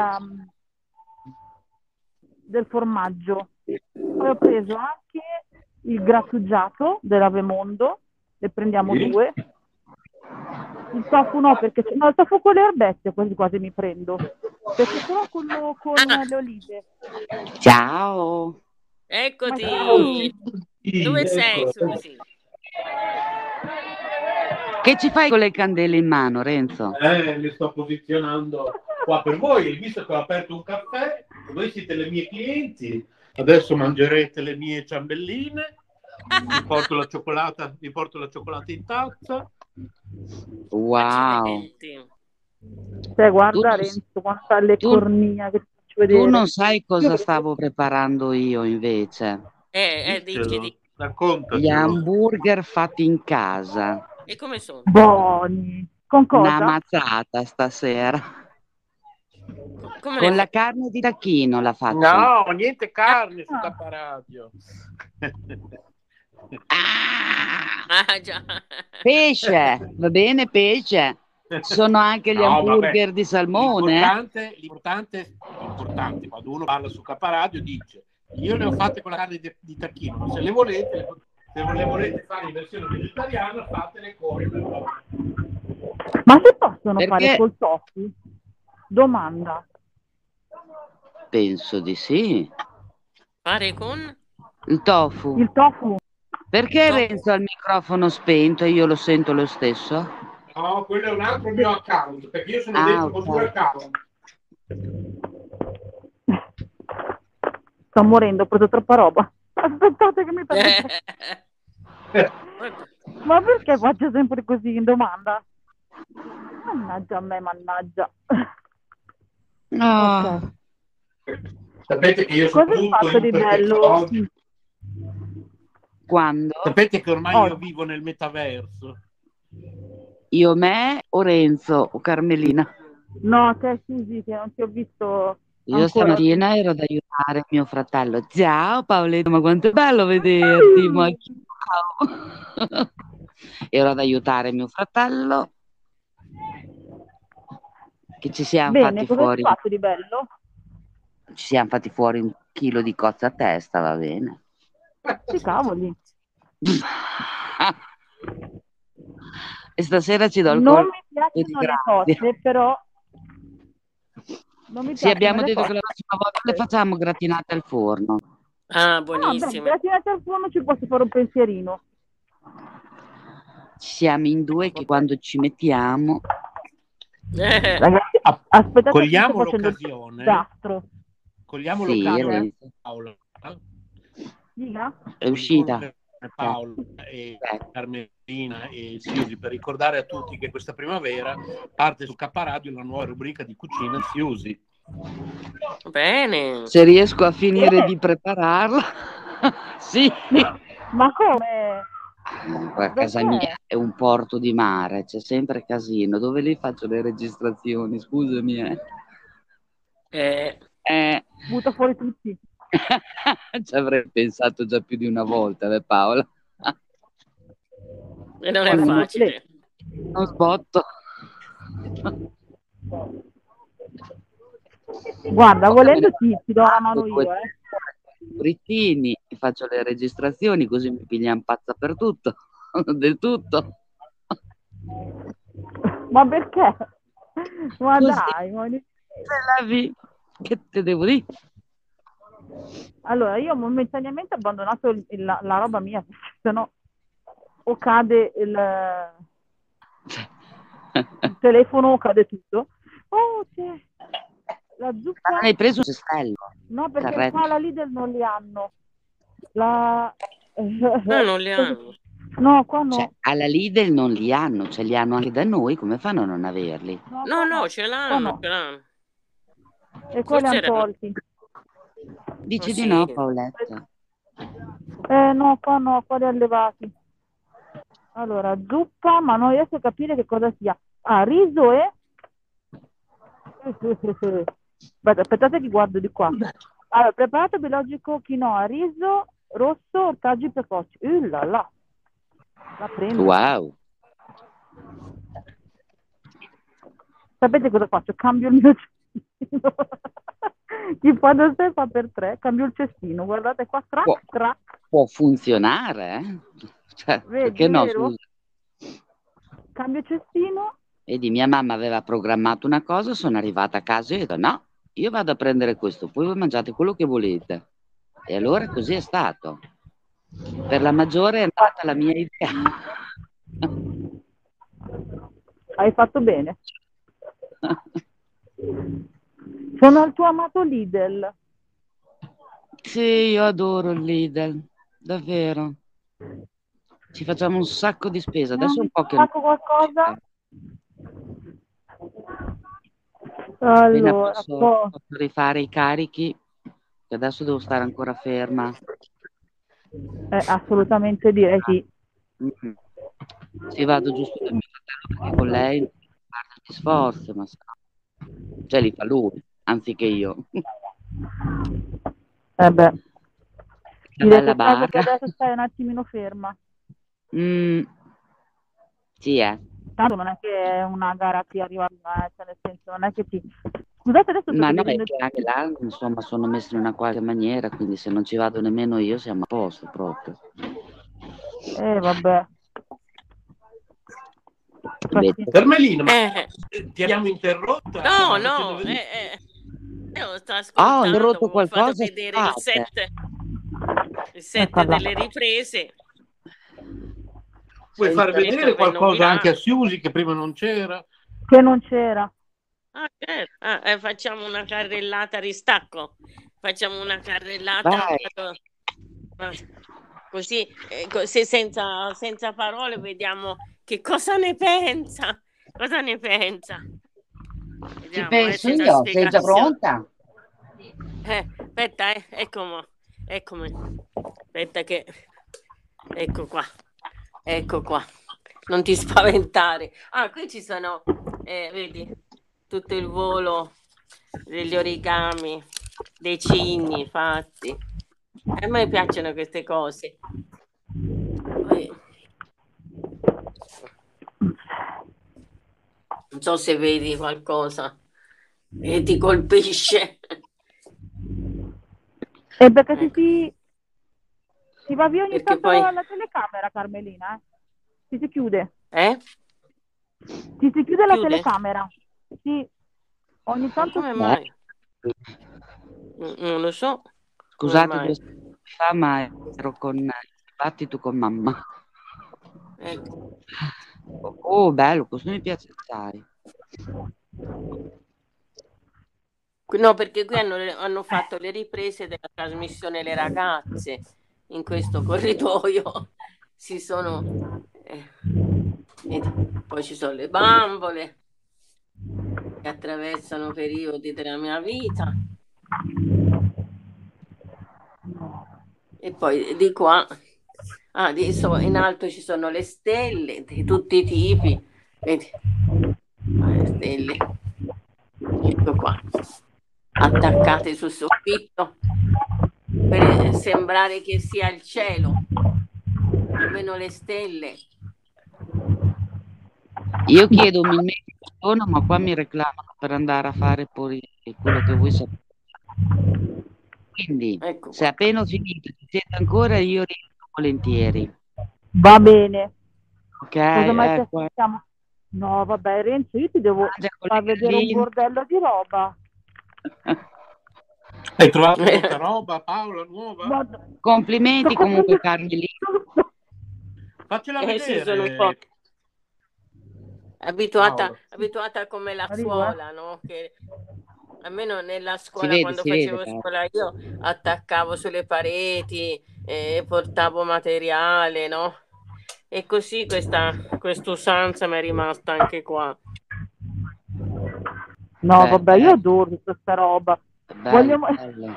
del formaggio. Poi ho preso anche il grattugiato dell'Avemondo, ne prendiamo Sì. 2. Il tofu no, perché il tofu con le erbette quasi quasi mi prendo, perché solo quello con le olive. Ciao. Eccoti. Ma Dove sei, Susi? Che ci fai con le candele in mano, Renzo? Mi sto posizionando qua per voi, visto che ho aperto un caffè, voi siete le mie clienti, adesso mangerete le mie ciambelline, vi porto la cioccolata in tazza. Wow. Cioè, guarda Tu- Renzo, quanta le cornia che ti faccio vedere. Tu non sai cosa stavo preparando io invece. Dici. Raccontacelo. Gli hamburger fatti in casa. E come sono? Buoni. Con cosa? Una mazzata stasera. Come Con la carne di tacchino la faccio. No, niente carne su Capparadio. Ah, già. Pesce, va bene, pesce. Sono anche gli No, hamburger vabbè. di salmone. L'importante, quando uno parla su Capparadio dice io le ho fatte con la carne di tacchino, se le volete fare in versione vegetariana fatele con. Ma si possono Perché? fare col tofu? Domanda. Penso di sì. Fare con? Il tofu. Il tofu? Perché Renzo ha il microfono spento e io lo sento lo stesso? No, quello è un altro mio account, perché io sono Ah, dentro con ok. 2 account. Sto morendo, ho preso troppa roba. Aspettate che mi prendo. Ma perché faccio sempre così in domanda? Mannaggia a me, mannaggia. No. Sapete che io sono Cosa hai tutto fatto di bello? ipertecnologico. Quando? Sapete che ormai Oh. io vivo nel metaverso. Io, me o Renzo o Carmelina? No, te Susi, che non ti ho visto Io ancora. stamattina ero ad aiutare mio fratello. Ciao Paoletto, ma quanto è bello vederti. Ma ciao. Ero ad aiutare mio fratello. Che ci siamo Bene, fatti cosa fuori. hai fatto di bello? Ci siamo fatti fuori 1 chilo di cozza a testa, va bene. Che cavoli. E stasera ci do il Non colpo mi di piacciono le grazia. cozze, però... Non mi Sì, piacciono abbiamo le detto che cozze. la prossima volta le facciamo gratinate al forno. Ah, Ah, beh, buonissime. grazie al forno ci posso fare un pensierino. Ci siamo in 2 che quando ci mettiamo... Ragazzi, aspettate, Cogliamo sto facendo il l'occasione. disastro. Cogliamo Sì, l'occasione, Renzo. Paola. Dica? È uscita. Paolo e Carmelina e Siusi, per ricordare a tutti che questa primavera parte su Capparadio la nuova rubrica di cucina Siusi. Bene. Se riesco a finire di prepararla. Sì. Ma come? A casa mia è un porto di mare, c'è sempre casino. Dove li faccio le registrazioni? Scusami. Butta fuori tutti. Ci avrei pensato già più di una volta, Paola. E non è facile. Non sbotto. Guarda, volendo ti do la mano io, Brittini, faccio le registrazioni così mi pigliano pazza per tutto. Del tutto. Ma perché? Ma Così. dai, Che te devo dire? allora io ho momentaneamente abbandonato la roba mia, perché sennò o cade il telefono o cade tutto. Oh, c'è la zuppa. Hai preso un cestello? No, perché Carretto. qua la Lidl non li hanno. La... non li hanno. No, qua no. Cioè, alla Lidl non li hanno, ce li hanno anche da noi, come fanno a non averli? No, ce l'hanno, ce l'hanno. E qua li Forse hanno erano- tolti. Dici Oh, di sì. no, Paoletta? No, qua li hanno levati. Allora, zuppa, ma non riesco a capire che cosa sia. Ah, riso e... Aspettate che guardo di qua. Allora, preparato biologico quinoa, riso, rosso, ortaggi precoci. Là là. La prendo. Wow. Sapete cosa faccio? Cambio il mio cestino. Chi fa da sé fa per tre. Cambio il cestino. Guardate qua, Può- crack. Può funzionare, eh? Cioè, Vedi, perché no? vero? Scusa. Cambio cestino. Vedi, mia mamma aveva programmato una cosa, sono arrivata a casa e ho detto no, io vado a prendere questo, poi voi mangiate quello che volete. E allora così è stato. Per la maggiore è andata la mia idea. Hai fatto bene. Sono il tuo amato Lidl. Sì, io adoro il Lidl, davvero. Ci facciamo un sacco di spesa. Adesso un po' che Sacco qualcosa? appena Allora, posso rifare i carichi, che adesso devo stare ancora ferma. assolutamente direi sì. Mm. Sì, vado giusto da mio fratello perché con lei non guarda gli sforzi, ma cioè li fa lui, anziché io. Beh. La Direi bella che caso che barra. adesso stai un attimino ferma. Sì, Tanto non è che è una gara che arriva, cioè nel senso, non è che ti... Scusate, adesso sto Ma no, è vedendo... che anche là, insomma, sono messi in una qualche maniera, quindi se non ci vado nemmeno io siamo a posto proprio. Vabbè. Carmelina, ma ti abbiamo interrotta? No, Facendo no, vedere- io sto Ah, ho ascoltando, interrotto ho fatto qualcosa, vedere il scusate. set delle riprese. Puoi far Detto vedere per qualcosa novità. anche a Siusi che prima non c'era? Che non c'era. Ah, certo. Facciamo una carrellata, ristacco. Facciamo una carrellata. Così, senza parole, vediamo che cosa ne pensa. Cosa ne pensa? Ci Vediamo, penso senza io, sei già spiegazioni. pronta? Aspetta, eccomi. Aspetta che... Ecco qua. Non ti spaventare. Ah, qui ci sono, vedi, tutto il volo degli origami, dei cigni fatti. A me piacciono queste cose. Poi... Non so se vedi qualcosa e ti colpisce. E perché si va via ogni Perché tanto poi- la telecamera, Carmelina, si chiude. Ti si chiude la Chiude? telecamera. Sì, ogni tanto Come sì. mai? Non lo so. Scusate, Come mai? 2 settimane fa, ma ero con il dibattito con mamma. Ecco. Oh, bello, questo mi piace assai. No, perché qui hanno fatto le riprese della trasmissione Le Ragazze in questo corridoio. Si sono... vedi, poi ci sono le bambole che attraversano periodi della mia vita. E poi di qua, adesso in alto ci sono le stelle di tutti i tipi. Vedi? Le stelle. Ecco qua. Attaccate sul soffitto per sembrare che sia il cielo, almeno le stelle. Io chiedo umilmente perdono, ma qua mi reclamano per andare a fare poi quello che voi sapete. Quindi, se appena ho finito ci siete ancora, io rientro volentieri. Va bene. Ok, Cosa mai ci ecco. aspettiamo? No, vabbè, Renzo, io ti devo far vedere un bordello di roba. Hai trovato molta roba, Paola, nuova? Complimenti comunque, Carmelina. Faccela Sì, sono un vedere. po' abituata, Paola. abituata come la suola, no? Che almeno nella scuola, vede, quando si vede, facevo Paola. scuola io attaccavo sulle pareti, portavo materiale, no? E così questa usanza mi è rimasta anche qua. No, vabbè, io adoro tutta questa roba. Bello, Voglio... bello.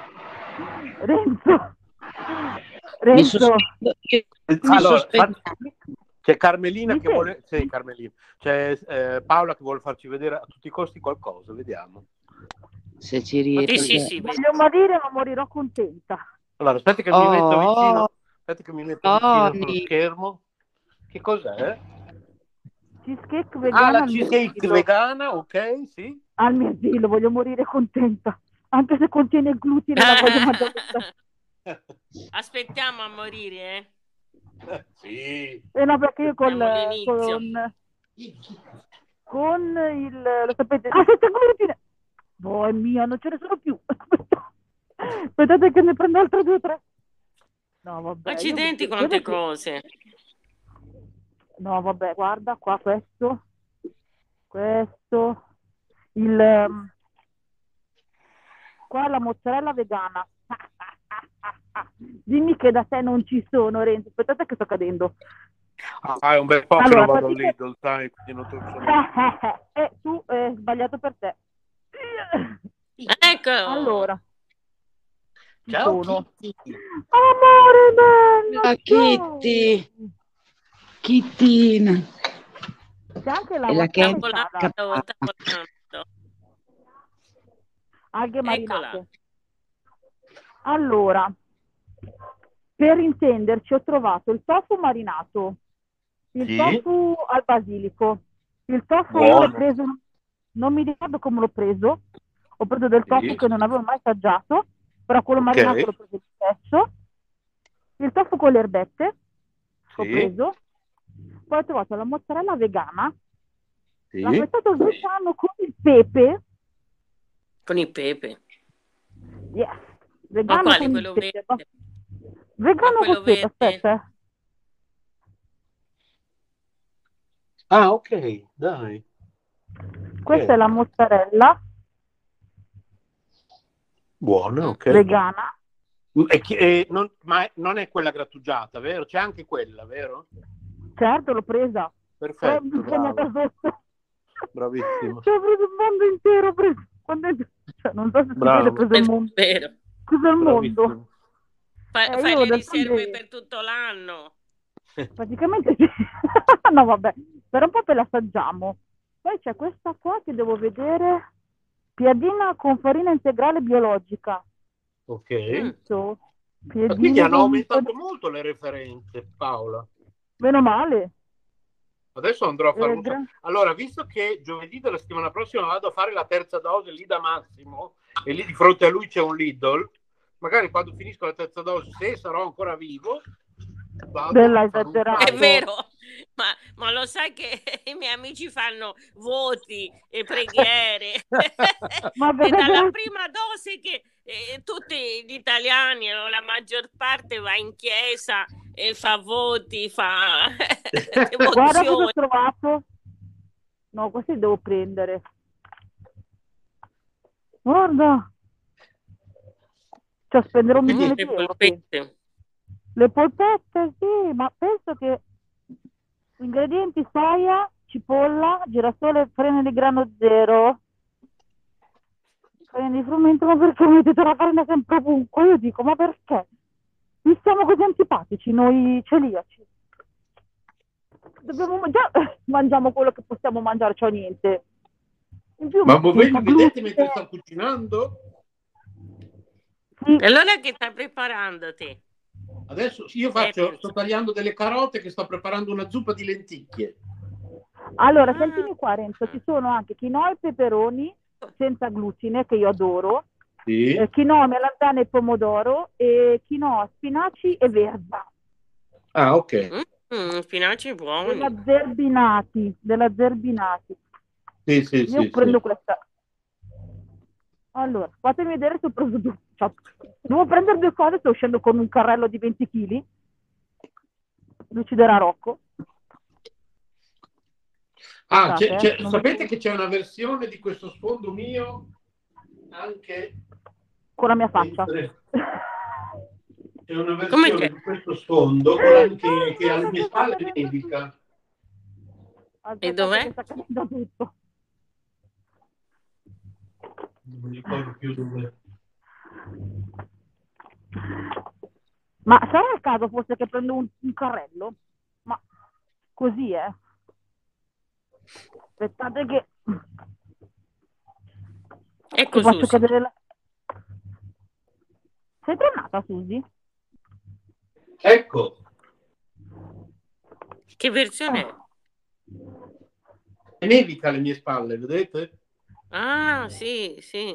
Renzo. Allora, c'è Carmelina che vuole... Sì, Carmelina. C'è Paola che vuole farci vedere a tutti i costi qualcosa, vediamo. Se ci riesce. Sì, voglio morire, ma morirò contenta. Allora, aspetta che mi metto vicino. Aspetta che mi metto vicino sullo schermo. Che cos'è? Cheesecake vegana. La cheesecake vegana, ok, sì. Al mio asilo, voglio morire contenta. Anche se contiene glutine, la voglio mangiare. Aspettiamo a morire, Sì. No, perché io con il... Lo sapete? Senza glutine! Oh, è mia, non ce ne sono più. Aspettate che ne prendo altre 2 o 3. No, vabbè. Accidenti, quante cose. No, vabbè, guarda qua questo, qua la mozzarella vegana. Dimmi che da te non ci sono, Renzo. Aspettate che sto cadendo. È un bel po' che non vado all'Idol, sai, quindi non sono... tu è sbagliato per te. Ecco. Allora. Ciao, Kitty. Amore bello. Kitty. Kittina. C'è anche la alghe marinate. Allora, per intenderci, ho trovato il tofu marinato, il tofu al basilico, il tofu io l'ho preso, non mi ricordo come l'ho preso, ho preso del tofu che non avevo mai assaggiato, però quello marinato l'ho preso lo stesso, il tofu con le erbette, ho preso. Poi ho trovato la mozzarella vegana, l'ho mettato vegano con il pepe. Con il pepe? Yes. Vegano ma quale? con Quello il pepe. verde? Vegano con il pepe, aspetta. Ah, ok, dai. Questa è la mozzarella. Buona, ok. Vegana. Ma non è quella grattugiata, vero? C'è anche quella, vero? Certo, l'ho presa. Perfetto, bravissimo. Cioè, ho preso il mondo intero. Cioè, non so se si vede, preso il mondo. Vero. Preso il mondo. Fai le riserve per tutto l'anno. Praticamente sì. No, vabbè. Per un po' te l'assaggiamo. Poi c'è questa qua che devo vedere. Piadina con farina integrale biologica. Ok. Piadina Quindi hanno aumentato molto le referenze, Paola. Meno male. Adesso andrò a fare Allora, visto che giovedì della settimana prossima vado a fare la terza dose lì da Massimo e lì di fronte a lui c'è un Lidl, magari quando finisco la terza dose, se sarò ancora vivo, Bella esagerato. È vero, ma lo sai che i miei amici fanno voti e preghiere e dalla prima dose che tutti gli italiani o la maggior parte va in chiesa e fa voti, fa Guarda cosa ho trovato. No, questi devo prendere. Guarda, cioè spenderò 1 milione di euro. Le polpette, sì, ma penso che ingredienti: soia, cipolla, girasole, farina di grano zero, farina di frumento. Ma perché mettete la farina sempre ovunque? Io dico, ma perché? Mi siamo così antipatici noi celiaci. Dobbiamo mangiamo quello che possiamo mangiare, c'ho niente. In più, ma voi mi vedete mentre sto cucinando? Sì. E allora che stai preparando te? Adesso io sto tagliando delle carote che sto preparando una zuppa di lenticchie. Allora, sentimi qua, Renzo, ci sono anche quinoa e peperoni senza glutine, che io adoro, quinoa, melanzane e pomodoro, e quinoa, spinaci e verza. Ah, ok. Spinaci buoni. Della Zerbinati. Sì, Io prendo questa. Allora, fatemi vedere se ho preso due. Cioè, devo prendere due cose, sto uscendo con un carrello di 20 kg. Luciderà Rocco. Sapete che c'è una versione di questo sfondo mio anche con la mia faccia. C'è una versione di questo sfondo anche che alle mie spalle nevica. E dov'è? Da tutto. Non mi ricordo più dove. Ma sarà il caso forse che prendo un carrello? Ma così aspettate che ecco faccio Susi. cadere la... Sei tornata, Susi? Ecco. Che versione è? Nevica alle mie spalle, vedete? Ah, sì.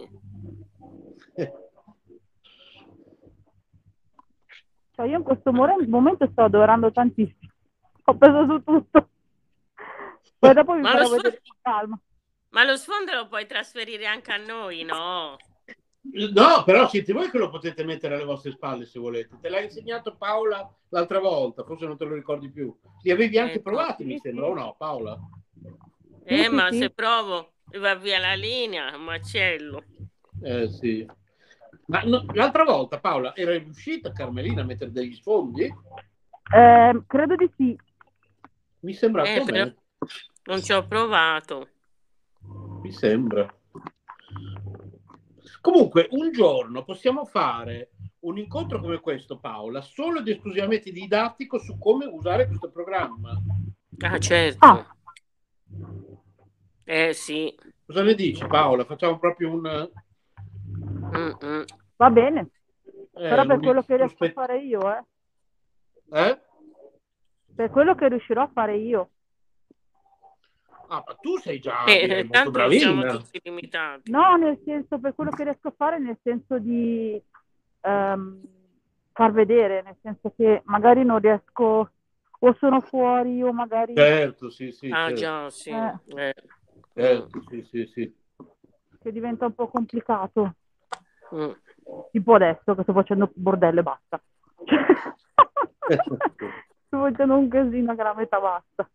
Cioè io in questo momento sto adorando tantissimo. Ho preso su tutto. Poi dopo vi farò vedere con calma. Ma lo sfondo lo puoi trasferire anche a noi, no? No, però siete voi che lo potete mettere alle vostre spalle se volete. Te l'ha insegnato Paola l'altra volta, forse non te lo ricordi più. Li avevi anche provati, mi sembra, o no, Paola? Ma se provo va via la linea, un macello. Sì. Ma l'altra volta, Paola, era riuscita Carmelina a mettere degli sfondi? Credo di sì. Mi sembra anche a me. Non ci ho provato. Mi sembra. Comunque, un giorno possiamo fare un incontro come questo, Paola, solo ed esclusivamente didattico su come usare questo programma. Ah, certo. Sì. Cosa ne dici, Paola? Facciamo proprio un... Va bene. Però per quello che riesco a fare io, Per quello che riuscirò a fare io. Ah, ma tu sei già molto bravina. Siamo tutti limitati. No, nel senso, per quello che riesco a fare, nel senso di far vedere, nel senso che magari non riesco, o sono fuori, o magari... Certo, sì. Ah, certo. già, sì. Sì. Che diventa un po' complicato. Tipo adesso che sto facendo bordello e basta. Sto facendo un casino che la metà basta.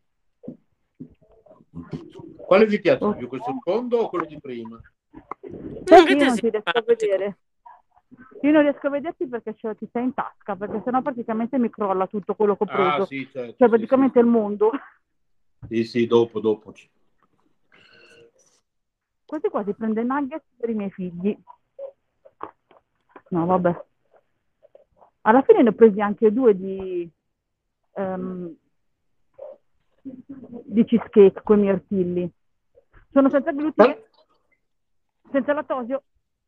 Quale vi piace più, questo sfondo o quello di prima? Perché io non ti riesco a vedere. Io non riesco a vederti perché ti sei in tasca, perché sennò praticamente mi crolla tutto quello che ho preso. Sì, certo, cioè praticamente il mondo. Sì, dopo. Quasi quasi prende nuggets per i miei figli. No, vabbè. Alla fine ne ho presi anche due di cheesecake con i mirtilli. Sono senza glutine, senza lattosio.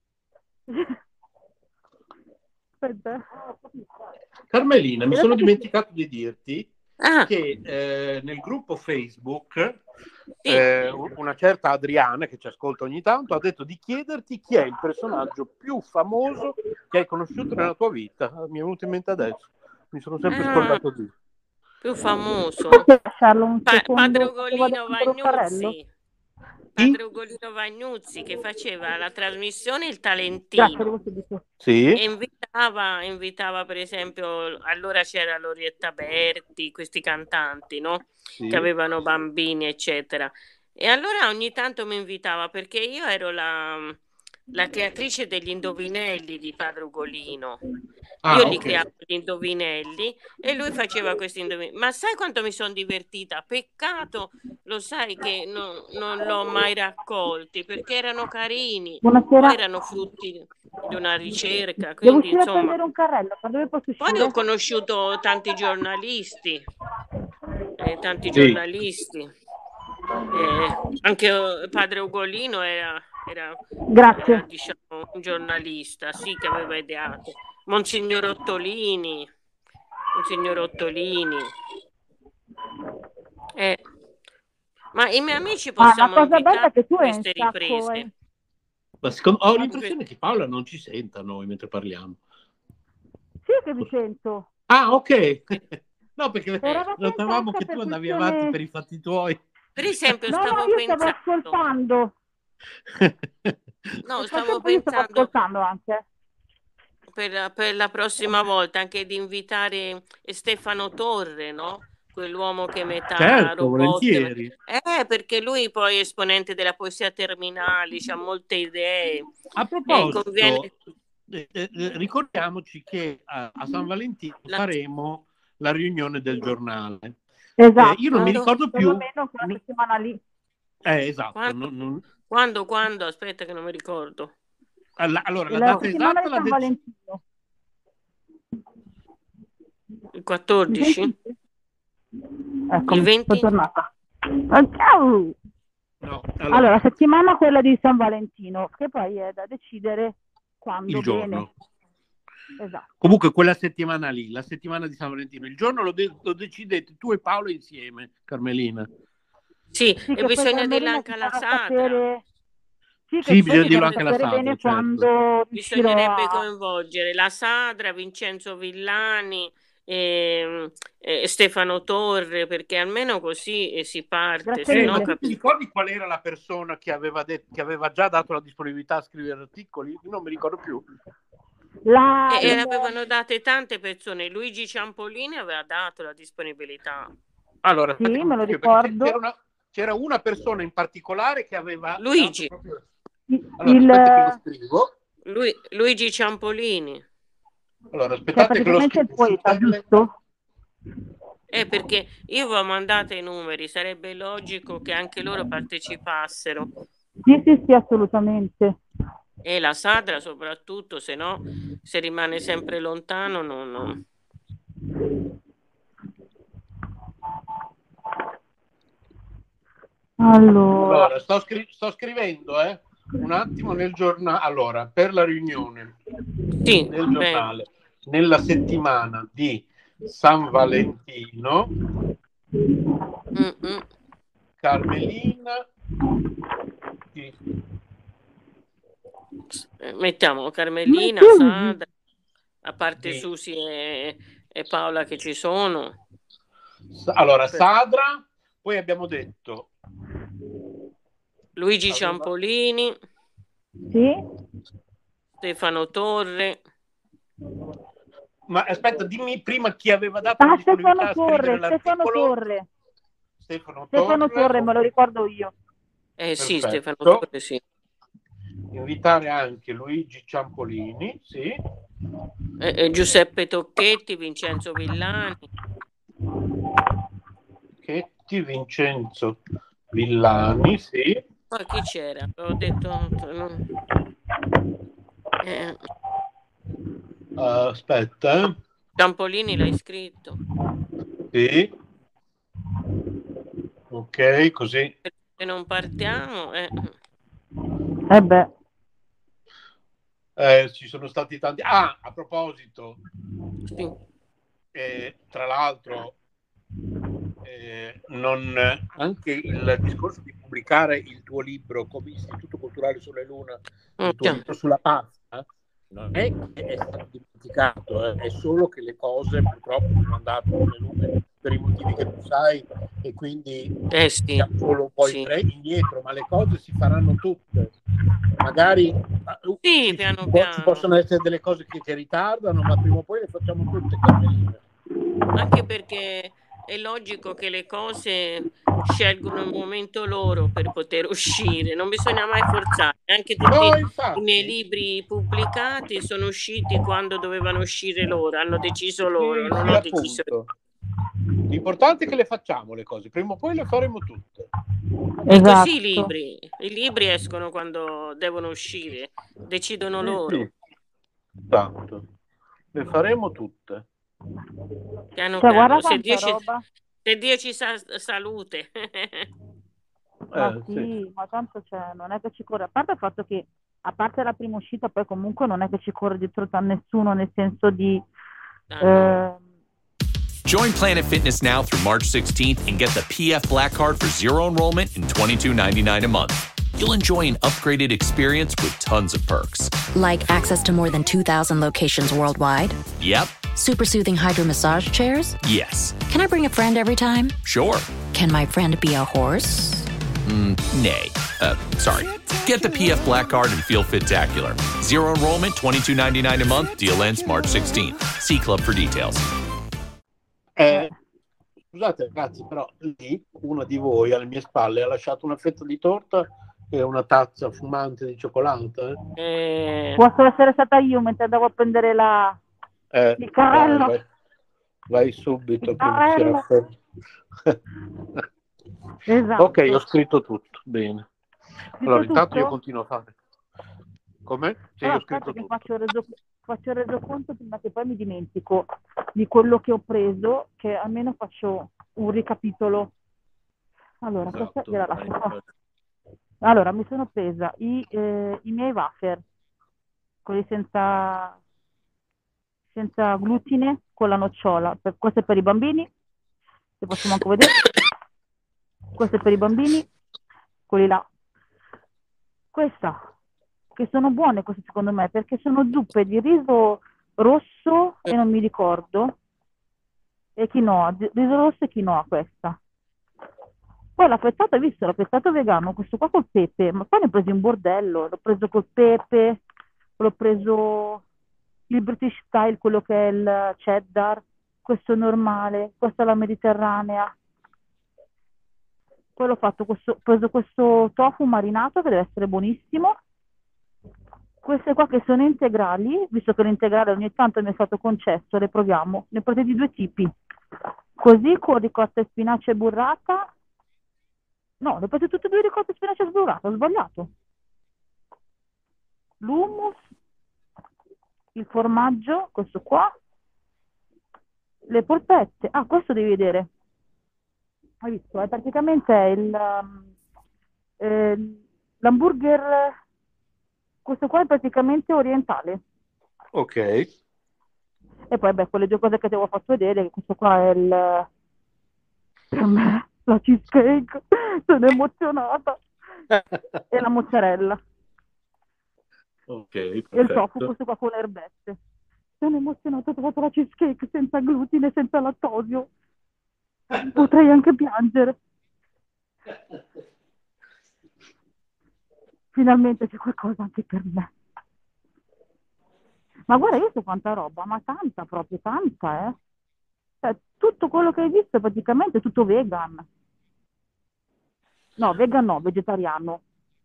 Aspetta. Carmelina, mi sono dimenticato di dirti che nel gruppo Facebook una certa Adriana, che ci ascolta ogni tanto, ha detto di chiederti chi è il personaggio più famoso che hai conosciuto nella tua vita. Mi è venuto in mente adesso, mi sono sempre scordato di... Più famoso? Padre Ugolino Vagnuzzi. Padre Ugolino Vagnuzzi, che faceva la trasmissione Il Talentino. Sì. E invitava per esempio, allora c'era Lorietta Berti, questi cantanti, no? Sì. Che avevano bambini, eccetera. E allora ogni tanto mi invitava, perché io ero la creatrice degli indovinelli di Padre Ugolino. Io li creavo gli indovinelli e lui faceva questi indovinelli. Ma sai quanto mi sono divertita? Peccato, lo sai che non l'ho mai raccolti, perché erano carini. Buonasera. Poi erano frutti di una ricerca. Devo Quindi, uscire insomma, a prendere un carrello. Ma dove posso uscire? poi ho conosciuto tanti giornalisti. Anche Padre Ugolino era diciamo un giornalista, sì, che aveva ideato. Monsignor Ottolini. Ma i miei amici possiamo la cosa bella è che tu hai un queste sacco, riprese. Ma ho l'impressione che Paola non ci senta noi mentre parliamo. Sì che vi sento. Ah, ok. No, perché notavamo che tu andavi avanti per i fatti tuoi. Per esempio, io stavo ascoltando. No, Nel stavo frattempo io stavo pensando ascoltando anche. per la prossima volta anche di invitare Stefano Torre, no? Quell'uomo che metà Certo, robot. volentieri. Perché lui poi è esponente della poesia terminale, ha molte idee. A proposito, conviene... ricordiamoci che a San Valentino faremo la riunione del giornale. Esatto. Io non mi ricordo più. Perlomeno quella settimana lì. Esatto. Quando? Aspetta che non mi ricordo. Allora, la data esatta San Valentino. Il 14? Ecco, il 20? sono tornata. Ciao! No, allora, settimana quella di San Valentino, che poi è da decidere quando il giorno. viene. Esatto. Comunque quella settimana lì, la settimana di San Valentino, il giorno lo decidete tu e Paolo insieme, Carmelina. Sì, e bisogna dirlo anche alla Sadra. Sì, bisogna dirlo anche alla Sadra. Bene, certo. quando bisognerebbe coinvolgere la Sadra, Vincenzo Villani, Stefano Torre, perché almeno così si parte. Ma tu ti ricordi qual era la persona che aveva già dato la disponibilità a scrivere articoli? Io non mi ricordo più. Avevano date tante persone. Luigi Ciampolini aveva dato la disponibilità. Allora, sì, me lo ricordo. C'era una persona in particolare che aveva Luigi. Allora, Luigi Ciampolini. Allora, aspettate che lo scrivo. Il poeta, giusto? Perché io vi ho mandato i numeri, sarebbe logico che anche loro partecipassero. Sì, assolutamente. E la Sadra soprattutto, se no, se rimane sempre lontano, non... Allora, sto scrivendo, un attimo nel giornale. Allora, per la riunione nel giornale, nella settimana di San Valentino, Carmelina, mettiamo Carmelina, Sadra, a parte Susi e Paola che ci sono. Allora, Sadra, poi abbiamo detto Luigi Ciampolini, Stefano Torre. Ma aspetta, dimmi prima chi aveva dato la Stefano a scrivere l'articolo. Stefano Torre, me lo ricordo io. Sì, Stefano Torre, sì. Invitare anche Luigi Ciampolini, sì. Giuseppe Tocchetti, Vincenzo Villani. Vincenzo Villani, sì. Poi chi c'era? Ho detto aspetta. Ciampolini l'hai scritto. Sì. Ok, così. Se non partiamo, ci sono stati tanti. A proposito, sì. Tra l'altro, anche il discorso di pubblicare il tuo libro come Istituto Culturale Sole e Luna, il tuo libro sulla pasta, non è che è stato dimenticato, è solo che le cose purtroppo sono andate come lune per i motivi che tu sai, e quindi siamo solo un po' indietro, ma le cose si faranno tutte. Magari piano ci possono essere delle cose che ritardano, ma prima o poi le facciamo tutte, Carmelina. Anche perché è logico che le cose scelgono il momento loro per poter uscire, non bisogna mai forzare. Anche tutti i miei libri pubblicati sono usciti quando dovevano uscire loro, hanno deciso loro, non ho deciso io. L'importante è che le facciamo le cose, prima o poi le faremo tutte. Esatto. Così i libri escono quando devono uscire, decidono loro. Esatto, le faremo tutte. Piano piano, se Dio ci salute. Ma tanto non è che ci corre, a parte il fatto che a parte la prima uscita poi comunque non è che ci corre dietro a nessuno, nel senso di Join Planet Fitness now through March 16th and get the PF Black Card for zero enrollment and $22.99 a month. You'll enjoy an upgraded experience with tons of perks. Like access to more than 2,000 locations worldwide? Yep. Super soothing hydro massage chairs? Yes. Can I bring a friend every time? Sure. Can my friend be a horse? Nay. Sorry. Get the PF Black Card and feel fit-tacular. Zero enrollment, $22.99 a month. Deal ends March 16th. See Club for details. Scusate ragazzi, però lì una di voi alle mie spalle ha lasciato una fetta di torta e una tazza fumante di cioccolato. Posso essere stata io mentre andavo a prendere il carrello. Vai subito. Il carrello. Esatto. Ok, ho scritto tutto, bene. Allora, intanto io continuo a fare. Come? Sì, ho scritto tutto. Faccio il resoconto prima che poi mi dimentico di quello che ho preso, che almeno faccio un ricapitolo. Allora, questa gliela lascio qua. Allora, mi sono presa i miei wafer, quelli senza glutine, con la nocciola. Questo è per i bambini, se possiamo anche vedere. Questo è per i bambini, quelli là. Questa, che sono buone queste secondo me, perché sono zuppe di riso rosso e non mi ricordo, e quinoa, riso rosso e quinoa questa. Poi l'affettato, hai visto, l'affettato vegano, questo qua col pepe, ma poi ne ho preso un bordello, l'ho preso col pepe, l'ho preso il British style, quello che è il cheddar, questo normale, questa è la mediterranea. Poi ho preso questo tofu marinato che deve essere buonissimo. Queste qua che sono integrali, visto che l'integrale ogni tanto mi è stato concesso, le proviamo. Ne ho prese di due tipi. Così con ricotta e spinaci e burrata. No, le ho prese tutte e due ricotta e spinaci e burrata, ho sbagliato. L'hummus, il formaggio, questo qua, le polpette. Ah, questo devi vedere. Hai visto? Praticamente è l'hamburger, questo qua è praticamente orientale. Ok. E poi, beh, quelle due cose che ti avevo fatto vedere, questo qua è per me, la cheesecake, sono emozionata, e la mozzarella. Ok, perfetto. E il tofu, questo qua con erbette. Sono emozionata, ho trovato la cheesecake senza glutine, senza lattosio. Potrei anche piangere. Finalmente c'è qualcosa anche per me. Ma guarda, io so quanta roba, ma tanta, proprio tanta, Cioè, tutto quello che hai visto è praticamente tutto vegan. No, vegan no, vegetariano.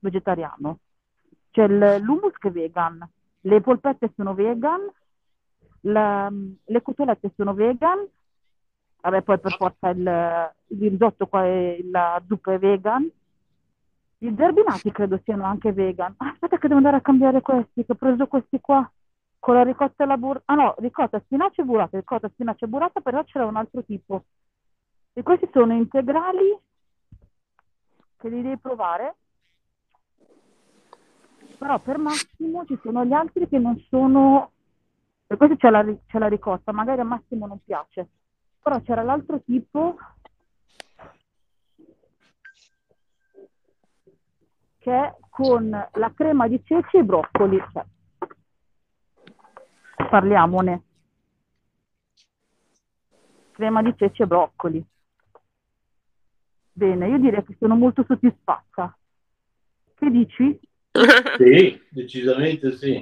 C'è l'hummus che è vegan, le polpette sono vegan, le cotolette sono vegan. Vabbè, poi per forza il risotto qua la zuppa è vegan. I zerbinati credo siano anche vegan. Aspetta che devo andare a cambiare questi, che ho preso questi qua. Con la ricotta e la burrata. Ah no, ricotta, spinaci e burrata, però c'era un altro tipo. E questi sono integrali, che li devi provare. Però per Massimo ci sono gli altri che non sono... Per questo c'è la ricotta, magari a Massimo non piace. Però c'era l'altro tipo che è con la crema di ceci e broccoli. Cioè, parliamone. Crema di ceci e broccoli. Bene, io direi che sono molto soddisfatta. Che dici? Sì, decisamente sì.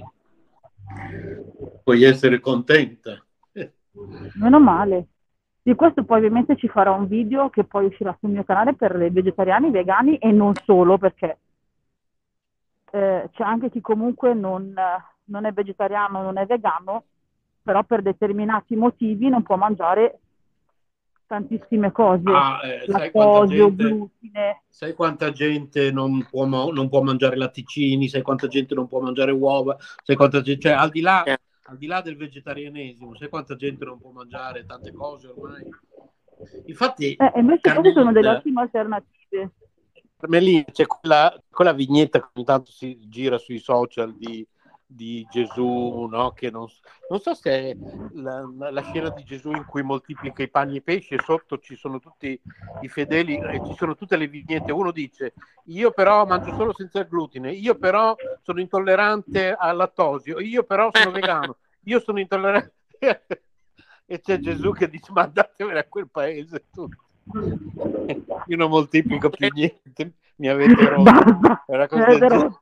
Puoi essere contenta. Meno male. Di questo poi ovviamente ci farò un video che poi uscirà sul mio canale per i vegetariani, vegani e non solo, perché c'è anche chi comunque non è vegetariano, non è vegano, però per determinati motivi non può mangiare tantissime cose. Lattosio, glutine. Sai quanta gente non può mangiare latticini, sai quanta gente non può mangiare uova, sai quanta gente, cioè al di là del vegetarianesimo, sai quanta gente non può mangiare tante cose ormai. Infatti invece queste sono delle ottime alternative. Carmelina, c'è quella vignetta che ogni tanto si gira sui social di Gesù, no? Che non so se è la scena di Gesù in cui moltiplica i pani e i pesci e sotto ci sono tutti i fedeli e ci sono tutte le vignette. Uno dice: io però mangio solo senza glutine, io però sono intollerante al lattosio, io però sono vegano, io sono intollerante. e c'è Gesù che dice ma andatevene a quel paese tutti. Io non moltiplico più niente, mi avete rotto. Era cosa del genere.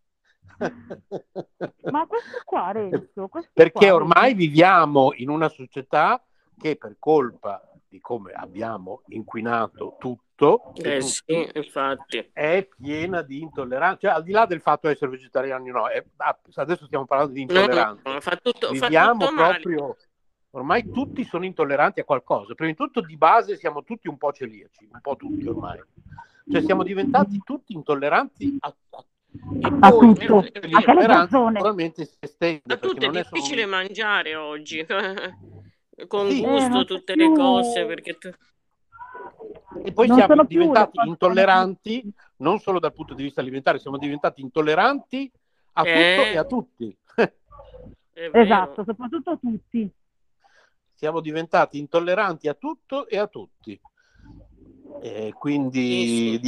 Ma questo qua, Renzo, Perché ormai viviamo in una società che per colpa di come abbiamo inquinato tutto, sì, infatti, è piena di intolleranza. Cioè, al di là del fatto di essere vegetariani, no, adesso stiamo parlando di intolleranza. No, fa tutto Viviamo male. proprio. Ormai tutti sono intolleranti a qualcosa. Prima di tutto, di base, siamo tutti un po' celiaci, un po' tutti ormai. Cioè, siamo diventati tutti intolleranti a e poi l'intolleranza naturalmente si estende. A tutto è difficile mangiare oggi, con Sì. gusto tutte le cose, perché E poi siamo diventati intolleranti non solo dal punto di vista alimentare, siamo diventati intolleranti a tutto e a tutti. Esatto, soprattutto a tutti. Siamo diventati intolleranti a tutto e a tutti. Quindi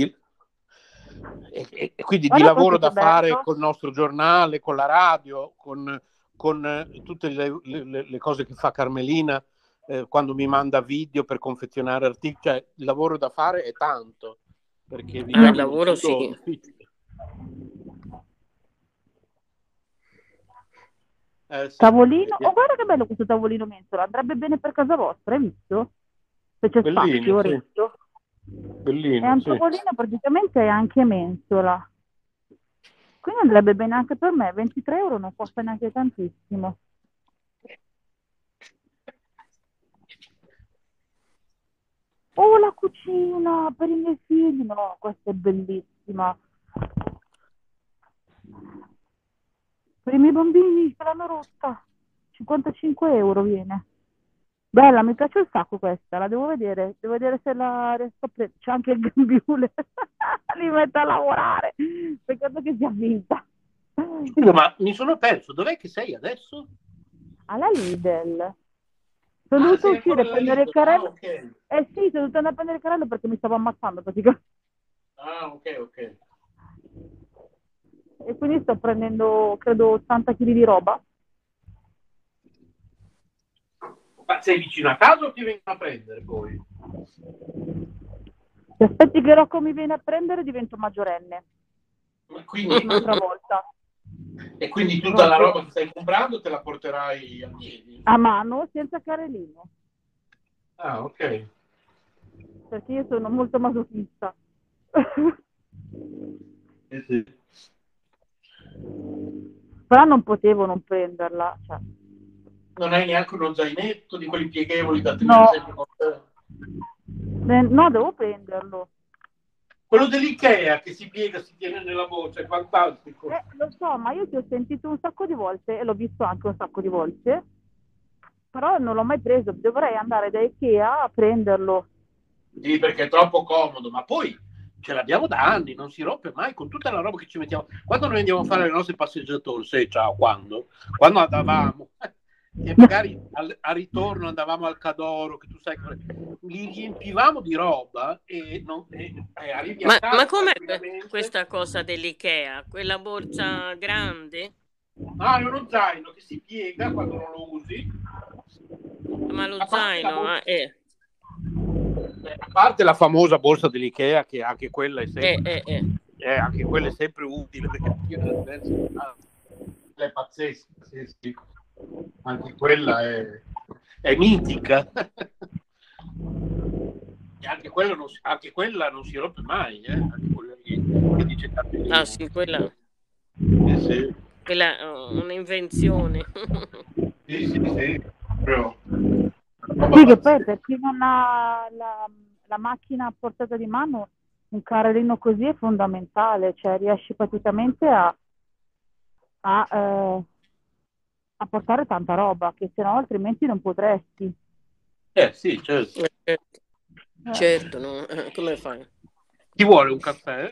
quindi di lavoro da fare col nostro giornale, con la radio, con tutte le cose che fa Carmelina quando mi manda video per confezionare articoli. Cioè, il lavoro da fare è tanto, perché il lavoro sì. Tavolino, guarda che bello questo tavolino mensola, andrebbe bene per casa vostra, hai visto? Se c'è spazio, Renzo. Bellino, è un tavolino, praticamente è anche mensola, quindi andrebbe bene anche per me. 23 euro non costa neanche tantissimo. Oh, la cucina per i miei figli, no, questa è bellissima. Per i miei bambini che l'hanno rotta, 55 euro viene. Bella, mi piace un sacco questa, la devo vedere se la riesco a prendere. C'è anche il gambiule, li metto a lavorare, peccato che sia vinta. Scusa, ma mi sono perso, dov'è che sei adesso? Alla Lidl. Sono dovuta uscire a prendere il carrello. Okay. Sì, sono dovuta andare a prendere il carrello perché mi stavo ammazzando praticamente. Ok. E quindi sto prendendo, credo, 80 kg di roba. Ma sei vicino a casa o ti vengono a prendere poi? Se aspetti che Rocco mi viene a prendere divento maggiorenne. Ma quindi... Un'altra volta. E quindi tutta la roba che stai comprando te la porterai a piedi? A mano, senza carrellino. Ah, ok. Perché io sono molto masochista. Sì. Però non potevo non prenderla. Cioè. Non hai neanche uno zainetto di quelli pieghevoli da tenere sempre con te? No, devo prenderlo. Quello dell'Ikea che si piega, si tiene nella voce, è fantastico. Lo so, ma io ti ho sentito un sacco di volte e l'ho visto anche un sacco di volte, però non l'ho mai preso. Dovrei andare da Ikea a prenderlo. Sì, perché è troppo comodo, ma poi ce l'abbiamo da anni, non si rompe mai con tutta la roba che ci mettiamo. Quando noi andiamo a fare le nostre passeggiature, quando andavamo, e magari a ritorno andavamo al Cadoro, che tu sai, li riempivamo di roba e arrivi a casa. Ma com'è questa cosa dell'Ikea? Quella borsa grande? No, è uno zaino che si piega quando non lo usi. Ma lo zaino a parte la famosa borsa dell'Ikea, che anche quella è sempre anche quella è sempre utile, perché è pazzesca, sì. Anche quella è mitica. E anche quella non si rompe mai, anche quella che dice Carmelina. Sì, quella sì. Quella è un'invenzione. Sì. Però... Sì, che poi per chi non ha la macchina a portata di mano, un carrellino così è fondamentale, cioè riesci praticamente a portare tanta roba, che se no altrimenti non potresti. Sì, certo. Certo, no? Come fai? Ti vuole un caffè?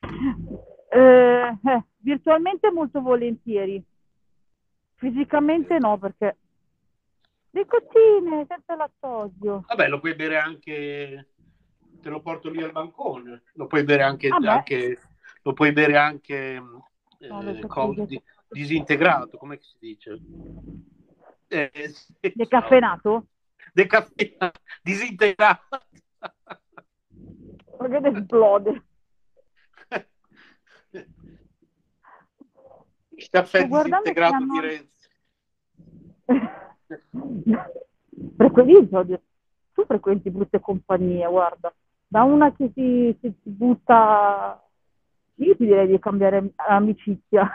Virtualmente molto volentieri. Fisicamente no, perché biscottine senza lattosio. Vabbè, lo puoi bere anche, te lo porto lì al bancone. Lo puoi bere anche lo puoi bere anche disintegrato, come si dice? Decaffeinato? decaffeinata, disintegrata. Perché esplode. Il caffè Sto guardando disintegrato che hanno- di Renzi. Tu frequenti brutte compagnie, guarda. Da una che si butta... Io ti direi di cambiare amicizia.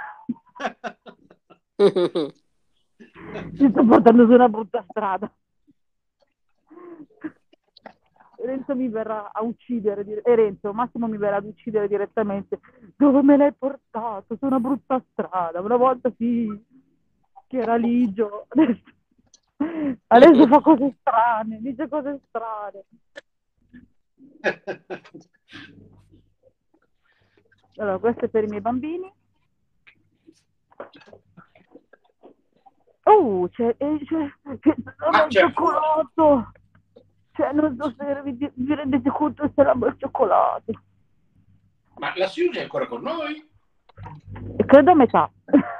Ti sto portando su una brutta strada. Renzo mi verrà a uccidere. Renzo, Massimo mi verrà ad uccidere direttamente. Dove me l'hai portato? Su una brutta strada. Una volta sì, che era ligio. Adesso fa cose strane, dice cose strane. Allora, questo è per i miei bambini. Oh, c'è il cioccolato. Cioè, non so se vi rendete conto se l'amo il cioccolato. Ma la Suzy è ancora con noi? Credo a metà.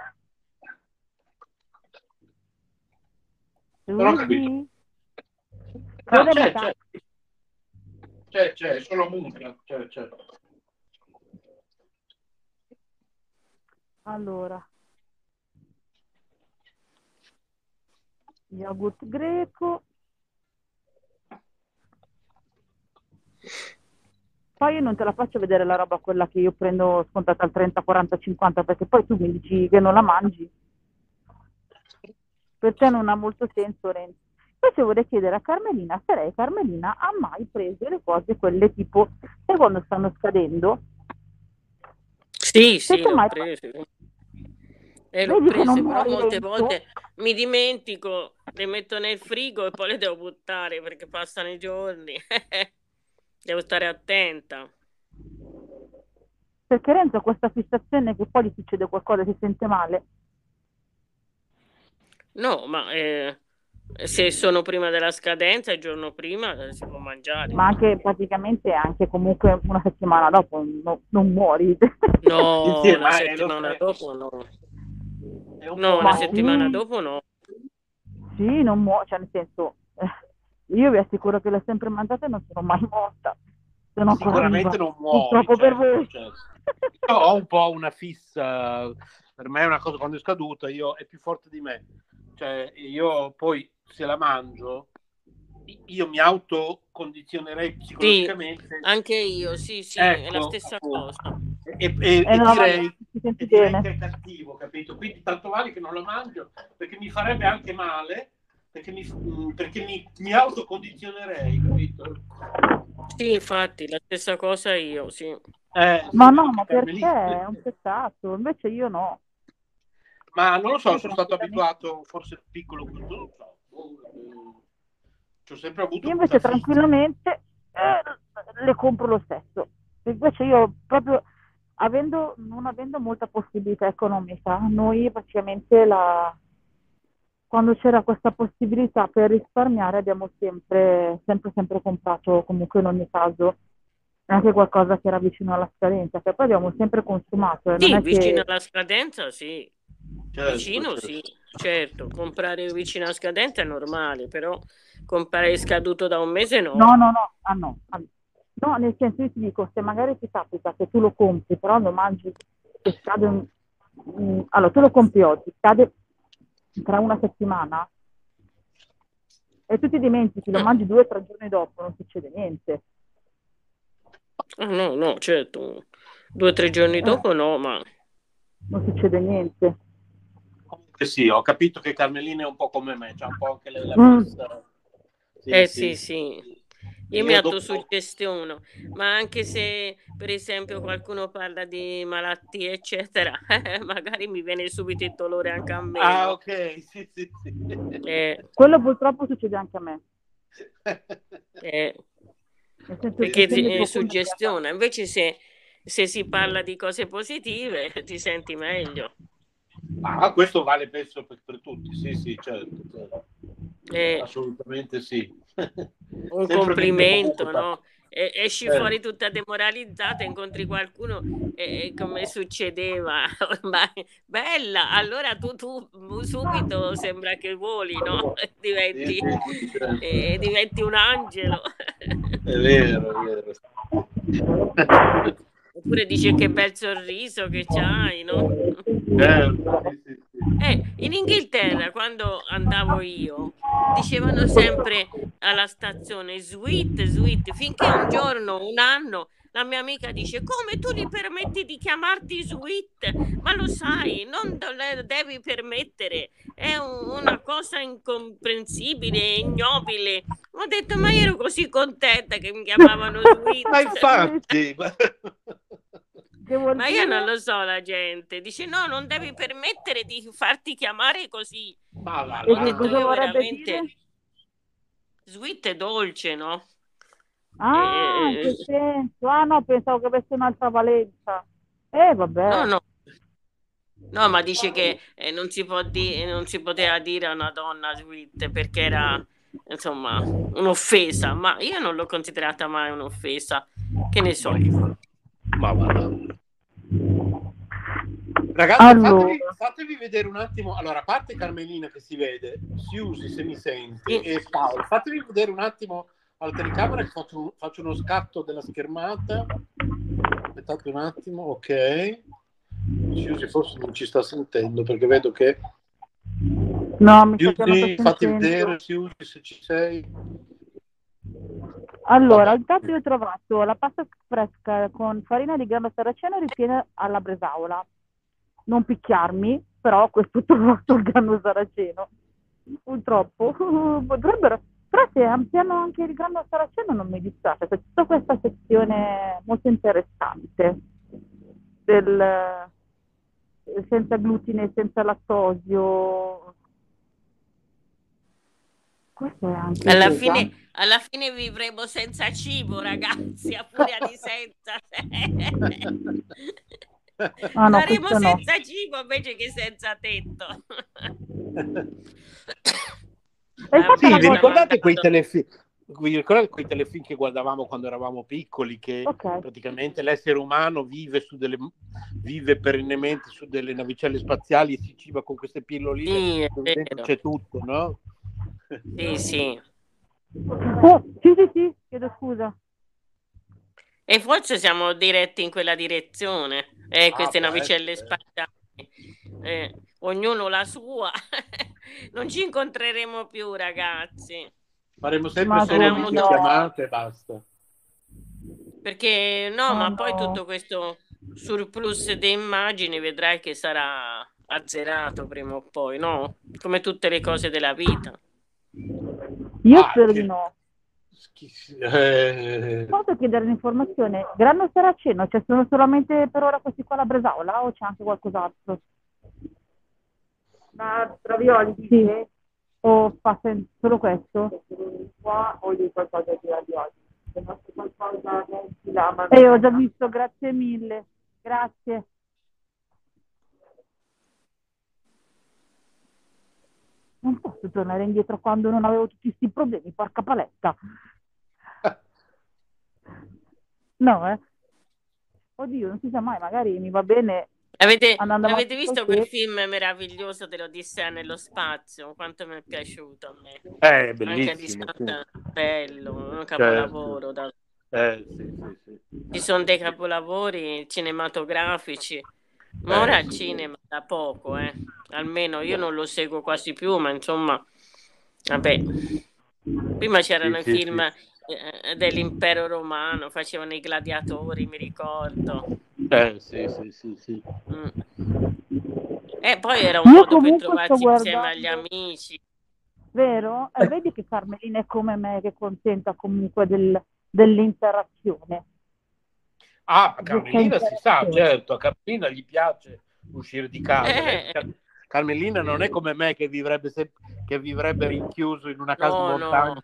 Non ho capito. Credo a C'è, metà. c'è, solo musica. C'è. Allora, yogurt greco. Poi io non te la faccio vedere la roba quella che io prendo scontata al 30, 40, 50, perché poi tu mi dici che non la mangi. Per te non ha molto senso, Renzo. Invece vorrei chiedere a Carmelina se lei, Carmelina, ha mai preso le cose, quelle tipo, sai quando stanno scadendo? Sì, Se tu l'ho mai- prese. L'ho Vedi che prese, non però muori, molte Renzo? volte mi dimentico, le metto nel frigo e poi le devo buttare perché passano i giorni. Devo stare attenta. Perché Renzo ha questa fissazione che poi gli succede qualcosa e si sente male. No, ma se sono prima della scadenza, il giorno prima si può mangiare. Ma anche praticamente anche comunque una settimana dopo non muori. No, Sì, una ma è lo settimana stesso. dopo no. È un No, po' una Ma settimana sì. dopo no. Sì, non muore, cioè nel senso, io vi assicuro che le ho sempre mangiate e non sono mai morta. Sono ancora Sicuramente viva. non muori, Purtroppo per certo, voi. certo. Io ho un po' una fissa, per me è una cosa, quando è scaduta è più forte di me, cioè io poi se la mangio io mi autocondizionerei Sì, psicologicamente, anche io, sì, è la ecco, stessa appunto. cosa. E No, direi ti senti e direi bene. che è cattivo, capito? Quindi tanto vale che non la mangio, perché mi farebbe anche male, perché mi autocondizionerei, capito? Sì, infatti, la stessa cosa io, sì. Ma no, ma per te Carmelina. è un peccato, invece io no. Ma non lo so, Io sono stato tranquillamente- abituato, forse piccolo, non lo so. Ci ho sempre avuto Io questa invece fissa. tranquillamente le compro lo stesso. Invece io proprio non avendo molta possibilità economica, noi praticamente quando c'era questa possibilità per risparmiare abbiamo sempre comprato comunque in ogni caso anche qualcosa che era vicino alla scadenza, che poi abbiamo sempre consumato. Non Sì, è vicino che alla scadenza, sì. Certo, Vicino, certo. sì, certo. Comprare vicino alla scadenza è normale, però comprare scaduto da un mese no. no, no, nel senso io ti dico, se magari ti capita che tu lo compri, però lo mangi e scade allora tu lo compri oggi, scade tra una settimana e tu ti dimentichi, lo mangi 2 o 3 giorni dopo, non succede niente. Ah, no, certo. 2 o 3 giorni dopo no, ma Non succede niente. Comunque sì, ho capito che Carmelina è un po' come me, c'ha un po' anche lei la fissa. Sì. Io Io mi dopo- autosuggestiono, ma anche se per esempio qualcuno parla di malattie, eccetera, magari mi viene subito il dolore anche a me. Ah, no? ok, sì. Quello purtroppo succede anche a me. Nel senso, perché perché suggestiona. Invece se si parla di cose positive ti senti meglio. Ah, questo vale penso per tutti, sì, certo. Assolutamente sì. Un Sempre complimento, meglio no? esci fuori tutta demoralizzata, incontri qualcuno e come succedeva ormai, bella, allora tu subito sembra che voli, no? Diventi un angelo. È vero. Oppure dice che bel sorriso che c'hai, no? In Inghilterra, quando andavo io, dicevano sempre alla stazione sweet, finché un anno, la mia amica dice: come tu gli permetti di chiamarti sweet? Ma lo sai, non le devi permettere, è una cosa incomprensibile, ignobile. Ho detto: ma io ero così contenta che mi chiamavano sweet. Ma infatti... Ma io non lo so, la gente dice no, non devi permettere di farti chiamare così. Ma ho detto io veramente dire? Sweet è dolce, no? In che senso? No, pensavo che avesse un'altra valenza. Vabbè. No, ma dice che non si poteva dire a una donna sweet perché era, insomma, un'offesa, ma io non l'ho considerata mai un'offesa. Che ne so. Ma guarda. Ragazzi, fatevi vedere un attimo. Allora, a parte Carmelina che si vede, Siusi se mi senti, e Paolo, fatevi vedere un attimo alla telecamera che faccio uno scatto della schermata. Aspettate un attimo, ok. Siusi forse non ci sta sentendo perché vedo che... No, mi sta fatti vedere, Siusi, se ci sei. Allora, intanto io ho trovato la pasta fresca con farina di grano saraceno ripiena alla bresaola. Non picchiarmi, però questo ho trovato il grano saraceno. Purtroppo potrebbero, però se ampliano anche il grano saraceno non mi dispiace, c'è tutta questa sezione molto interessante del senza glutine, senza lattosio. Questo è anche alla fine vivremo senza cibo, ragazzi, a furia di senza. Saremo senza cibo invece che senza tetto. Sì, vi ricordate quei telefilm? Vi ricordate quei telefilm che guardavamo quando eravamo piccoli, che praticamente l'essere umano vive perennemente su delle navicelle spaziali e si ciba con queste pilloline dove dentro c'è tutto, no? Sì. Sì, chiedo scusa. E forse siamo diretti in quella direzione, queste navicelle spaziali, ognuno la sua. Non ci incontreremo più, ragazzi. Faremo sempre solo chiamate e basta. Perché ma poi tutto questo surplus di immagini vedrai che sarà azzerato prima o poi, no? Come tutte le cose della vita. Io spero di no. Posso chiedere un'informazione? Grano saraceno, cioè sono solamente per ora questi qua la bresaola o c'è anche qualcos'altro? Ma ravioli sì. O fa solo questo? Qua o di qualcosa di ravioli? Se non c'è qualcosa ho già visto, grazie mille. Grazie. Non posso tornare indietro quando non avevo tutti questi problemi, porca paletta. No, Oddio, non si sa mai, magari mi va bene. Avete visto quel film meraviglioso dell'Odissea nello spazio? Quanto mi è piaciuto a me. È bellissimo. Anche bello, un capolavoro. Sì. Ci sono dei capolavori cinematografici. Ma ora al cinema da poco, almeno io non lo seguo quasi più, ma insomma, vabbè. Prima c'erano i film dell'impero romano, facevano i gladiatori, mi ricordo. Sì. E poi era un modo per trovarsi insieme agli amici. Vero? Vedi che Carmelina è come me, che contenta comunque dell'interazione. Carmelina si sa, certo, a Carmelina gli piace uscire di casa. Carmelina non è come me che vivrebbe rinchiuso in una casa di montagna.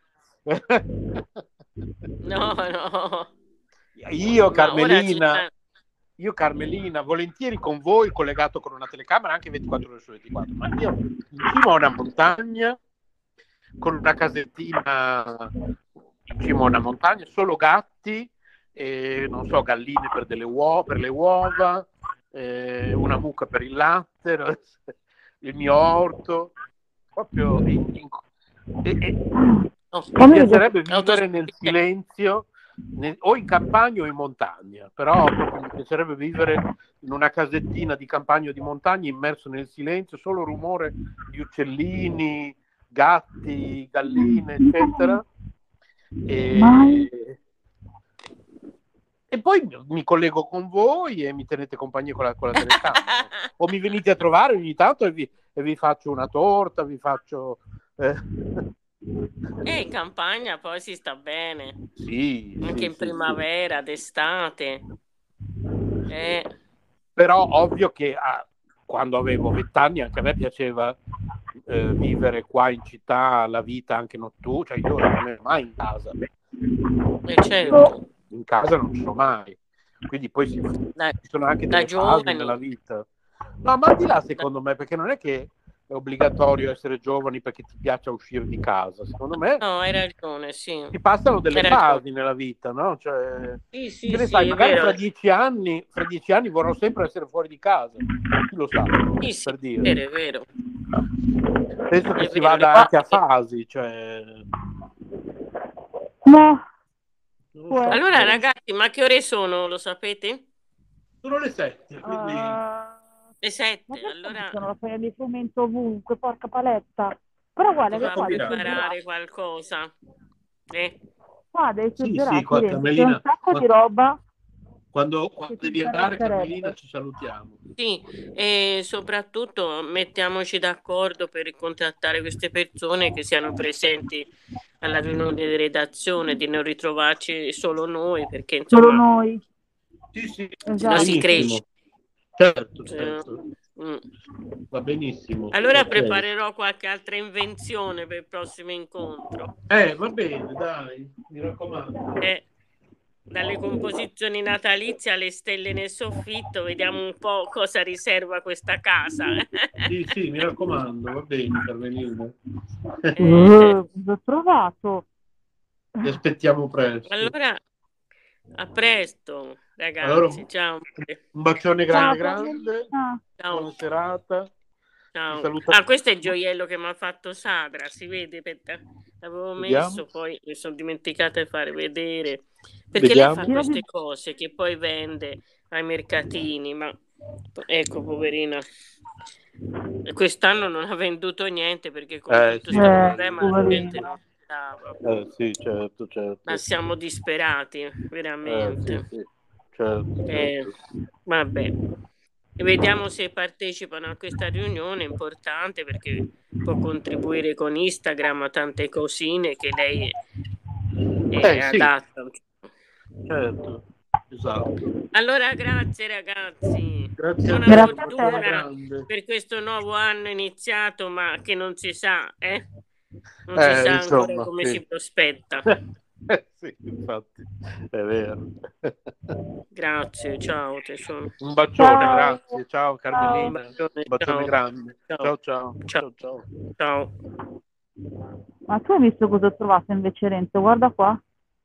No. Io Carmelina, volentieri con voi, collegato con una telecamera anche 24 ore su 24, ma io in cima a una montagna, con una casettina in cima a una montagna, solo gatti, orti, non so, galline per le uova, una mucca per il latte, il mio orto, proprio mi piacerebbe vivere nel silenzio, o in campagna o in montagna, però proprio mi piacerebbe vivere in una casettina di campagna o di montagna immerso nel silenzio, solo rumore di uccellini, gatti, galline, eccetera. E poi mi collego con voi e mi tenete compagnia con la telecamera. O mi venite a trovare ogni tanto e vi faccio una torta, vi faccio... in campagna poi si sta bene. Sì, anche in primavera, d'estate. Però ovvio che quando avevo 20 anni anche a me piaceva vivere qua in città la vita anche notturna, cioè io non ero mai in casa. Certo. In casa non sono mai. Quindi poi ci sono anche delle fasi nella vita. No, ma al di là secondo me, perché non è che è obbligatorio essere giovani perché ti piace uscire di casa, secondo me. No, hai ragione, sì. Si passano delle fasi nella vita, no? Cioè, sì, che ne sai, magari vero. fra 10 anni vorrò sempre essere fuori di casa. Chi lo sa, per dire. È vero. Penso che si vada anche a fasi, cioè... No. Allora ragazzi, ma che ore sono, lo sapete? Sono le 7, quindi... Le 7, allora... Sono la foglia di frumento ovunque, porca paletta. Però guarda, va a preparare qualcosa. Guarda, hai sì, qua, c'è Carmelina, un sacco di roba. Quando devi andare, Carmelina, ci salutiamo. Sì, e soprattutto mettiamoci d'accordo per contattare queste persone che siano presenti alla riunione di redazione, di non ritrovarci solo noi, perché insomma... Solo noi. Sì, non si cresce. Certo. Va benissimo. Allora preparerò qualche altra invenzione per il prossimo incontro. Va bene, dai, mi raccomando. Dalle composizioni natalizie alle stelle nel soffitto, vediamo un po' cosa riserva questa casa. Sì, mi raccomando, va bene, Carmelina. L'ho trovato. Ti aspettiamo presto. Allora, a presto, ragazzi. Allora, ciao. Un bacione grande. Ciao. Buona serata. Ciao. Questo è il gioiello che mi ha fatto Sadra, si vede? L'avevo messo, poi mi sono dimenticata di fare vedere. Perché lei fa queste cose che poi vende ai mercatini, ma ecco, poverina. Quest'anno non ha venduto niente perché con tutto questo problema la gente non stava. Sì, certo. Ma siamo disperati, veramente. Sì, certo. Vabbè. E vediamo se partecipano a questa riunione importante, perché può contribuire con Instagram a tante cosine che lei è adatta. Certo, esatto. Allora grazie ragazzi, Grazie buona fortuna per questo nuovo anno iniziato, ma che non si sa, non si sa ancora come si prospetta. Sì, infatti, è vero. Grazie, ciao tesoro. Un bacione, grazie. Ciao Carmelina. Un bacione grande. Ciao. Ma tu hai visto cosa ho trovato invece, Renzo? Guarda qua.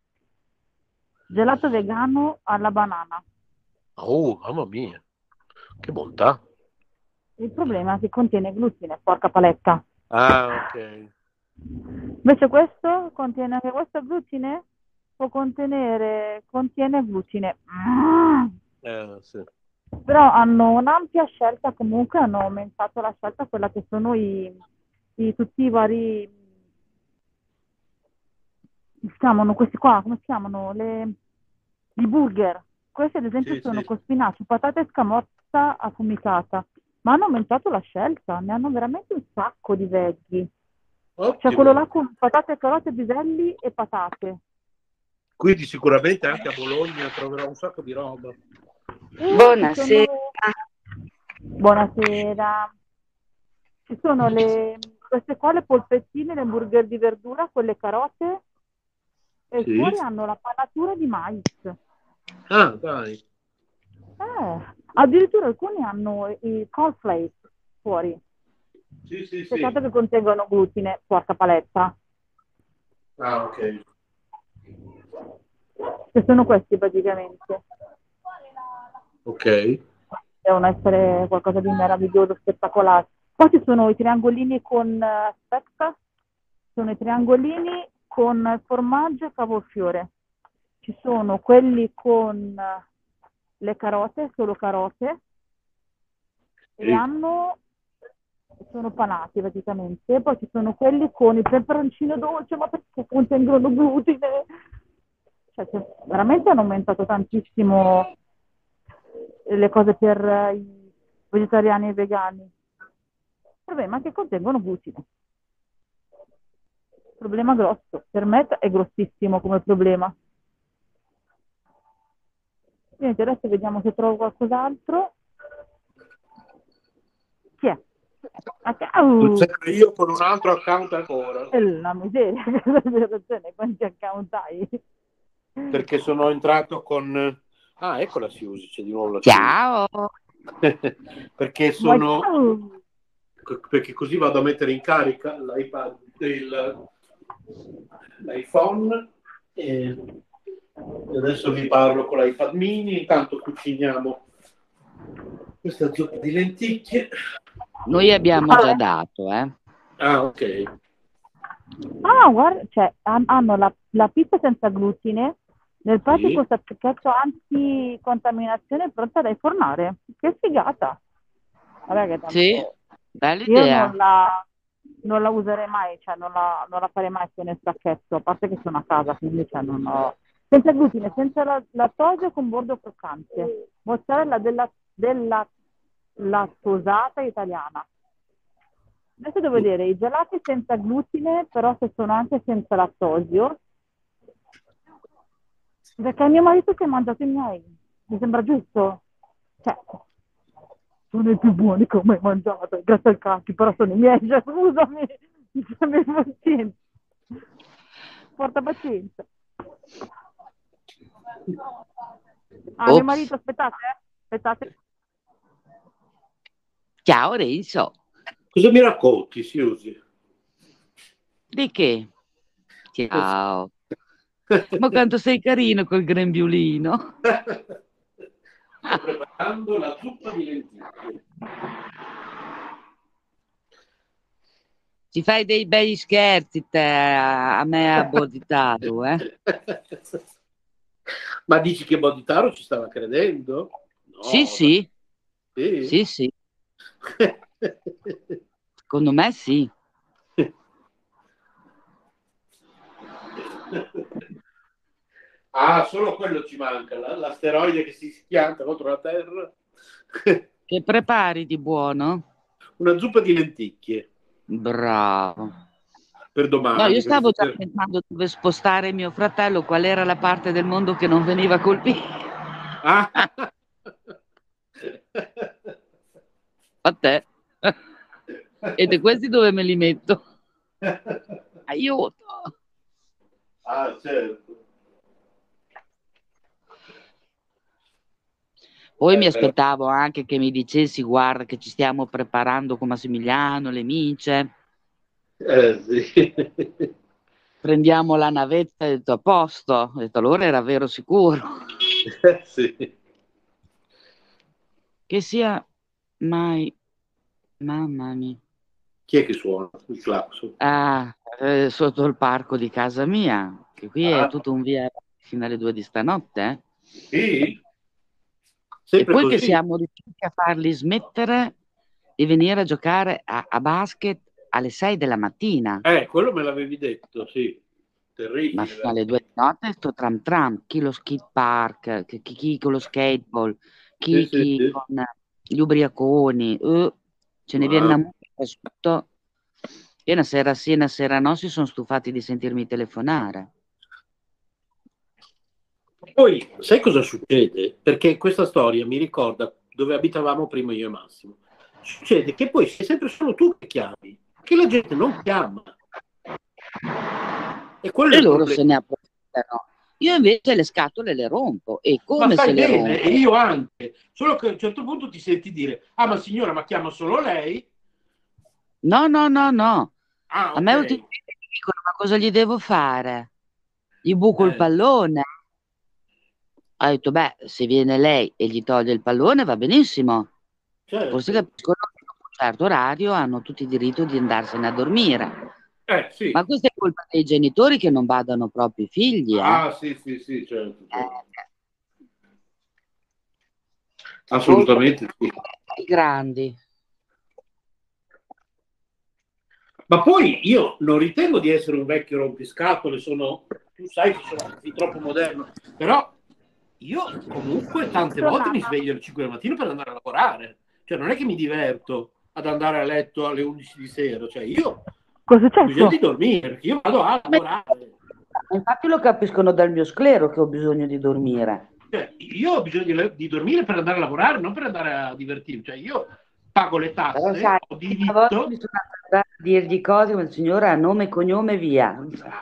Gelato vegano alla banana. Oh, mamma mia. Che bontà. Il problema è che contiene glutine, porca paletta. Ah, ok. Invece questo contiene anche questo glutine? Contiene glutine. Sì. Però hanno un'ampia scelta, comunque hanno aumentato la scelta, quella che sono tutti i vari, si chiamano questi qua, come si chiamano? I burger. Questi ad esempio sono con spinaci, patate e scamorza affumicata, ma hanno aumentato la scelta, ne hanno veramente un sacco di veggie. C'è quello là con patate, carote, piselli e patate. Quindi sicuramente anche a Bologna troverò un sacco di roba. Buonasera. Buonasera. Ci sono queste qua, le polpettine, le hamburger di verdura con le carote e fuori hanno la panatura di mais. Ah, dai. Addirittura alcuni hanno i cornflakes fuori. Sì. Peccato che contengono glutine, porca paletta. Ah, ok. Che sono questi praticamente. Ok. Devono essere qualcosa di meraviglioso, spettacolare. Poi ci sono i triangolini con, aspetta, sono i triangolini con formaggio e cavolfiore. Ci sono quelli con le carote, solo carote, e sono panati praticamente. Poi ci sono quelli con il peperoncino dolce, ma perché contengono glutine? Cioè, veramente hanno aumentato tantissimo le cose per i vegetariani e vegani. Il problema è che contengono glutine. Problema grosso. Per me è grossissimo come problema. Niente, adesso vediamo se trovo qualcos'altro. Chi è? Io con un altro account ancora. La miseria, ragione, quanti account hai? Perché sono entrato con... Ah, eccola Siusi, c'è di nuovo la Ciao! Perché sono... Perché così vado a mettere in carica l'iPad, l'iPhone e adesso vi parlo con l'iPad mini, intanto cuciniamo questa zuppa di lenticchie. Noi abbiamo già dato, Ah, ok. Ah, guarda, cioè, hanno la pizza senza glutine nel pratico sacchetto anticontaminazione pronta da infornare. Che figata! Vabbè, che tanto sì, bella io idea. non la userei mai, cioè non la farei mai nel sacchetto, a parte che sono a casa, quindi cioè, non ho... Senza glutine, senza lattosio con bordo croccante, mozzarella della lattosata italiana. Adesso devo vedere i gelati senza glutine, però se sono anche senza lattosio, perché mio marito si è mangiato i miei, mi sembra giusto. Cioè, sono i più buoni che ho mai mangiato, grazie al cacchio, però sono i miei, cioè, scusami, abbi pazienza. Porta pazienza. Mio marito, aspettate. Ciao Renzo. Cosa mi racconti, Siusi? Di che? Ciao. Ma quanto sei carino col grembiulino. Sto preparando la zuppa di lenticchie. Ci fai dei bei scherzi te, a me a Boditaro, Ma dici che Boditaro ci stava credendo? No, sì. Secondo me sì. Ah, solo quello ci manca, l'asteroide che si schianta contro la Terra. Che prepari di buono? Una zuppa di lenticchie. Bravo. Per domani. No, io stavo già pensando dove spostare mio fratello, qual era la parte del mondo che non veniva colpita. Ah. A te. E questi dove me li metto? Aiuto. Ah, certo. Poi mi aspettavo anche che mi dicessi, guarda che ci stiamo preparando con Massimiliano, le mice. Sì. Prendiamo la navetta, ho detto a posto. Ho detto allora era vero sicuro. Sì. Che sia mai... Mamma mia. Chi è che suona il clacson? Sotto il parco di casa mia, che qui è tutto un via fino alle 2 di stanotte. Sì. E poi così. che siamo riusciti a farli smettere di venire a giocare a basket alle 6 della mattina. Quello me l'avevi detto, sì. Terribile. Ma fino alle 2 di notte sto tram, chi lo skate park, chi con lo skateball, chi con gli ubriaconi, ce ne viene una musica sotto. E una sera sì, una sera no, si sono stufati di sentirmi telefonare. Poi, sai cosa succede? Perché questa storia mi ricorda dove abitavamo prima io e Massimo. Succede che poi sei sempre solo tu che chiami, che la gente non chiama. E loro se ne approfittano. Io invece le scatole le rompo. E come se le rompo? E io anche. Solo che a un certo punto ti senti dire, ma signora, ma chiama solo lei? No. Ah, a me ultimamente mi dicono, ma cosa gli devo fare? Gli buco il pallone? ho detto, beh, se viene lei e gli toglie il pallone va benissimo. Certo. Forse capiscono che dopo un certo orario hanno tutti il diritto di andarsene a dormire. Sì. Ma questa è colpa dei genitori che non badano proprio i figli. Sì, certo. Assolutamente sì. I grandi. Ma poi io non ritengo di essere un vecchio rompiscatole, tu sai che sono fin troppo moderno, però io comunque tante volte mi sveglio alle 5 del mattino per andare a lavorare, cioè non è che mi diverto ad andare a letto alle 11 di sera, cioè io ho bisogno di dormire, perché io vado a lavorare. Infatti lo capiscono dal mio sclero che ho bisogno di dormire. Cioè, io ho bisogno di dormire per andare a lavorare, non per andare a divertirmi, cioè io pago le tasse, Però, sai, ho una diritto. volta mi sono andata a dirgli cose come il signore ha nome e cognome via.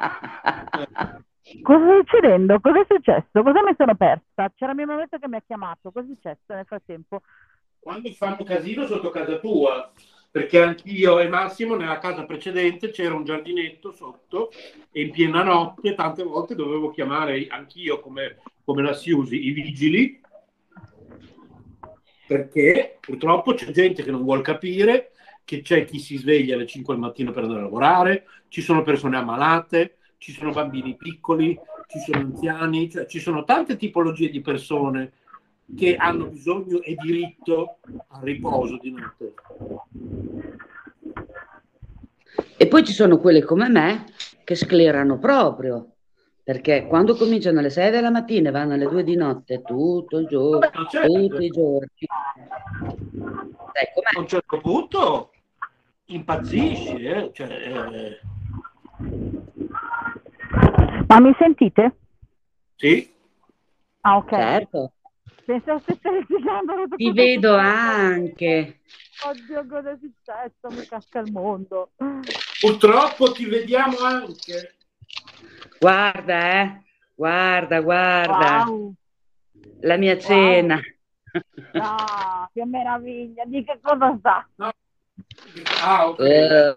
Cosa sta succedendo? Cosa è successo? Cosa mi sono persa? C'era mio mametto che mi ha chiamato. Cosa è successo nel frattempo? Quando fanno casino sotto casa tua, perché anch'io e Massimo nella casa precedente c'era un giardinetto sotto e in piena notte tante volte dovevo chiamare anch'io come la Siusi, i vigili, perché purtroppo c'è gente che non vuol capire che c'è chi si sveglia alle 5 del mattino per andare a lavorare, ci sono persone ammalate, ci sono bambini piccoli, ci sono anziani, cioè ci sono tante tipologie di persone che hanno bisogno e diritto al riposo di notte. E poi ci sono quelle come me che sclerano proprio, perché quando cominciano alle 6 della mattina e vanno alle 2 di notte tutto il giorno, tutti i giorni. A un certo punto impazzisci, Ma mi sentite? Sì. Ah, ok. Certo. Pensavo stessi litigando. Ti vedo anche. Oddio, cosa è successo? Mi casca il mondo. Purtroppo ti vediamo anche. Guarda, guarda. Wow. La mia cena. Ah, che meraviglia. Di che cosa sta? No. Ok.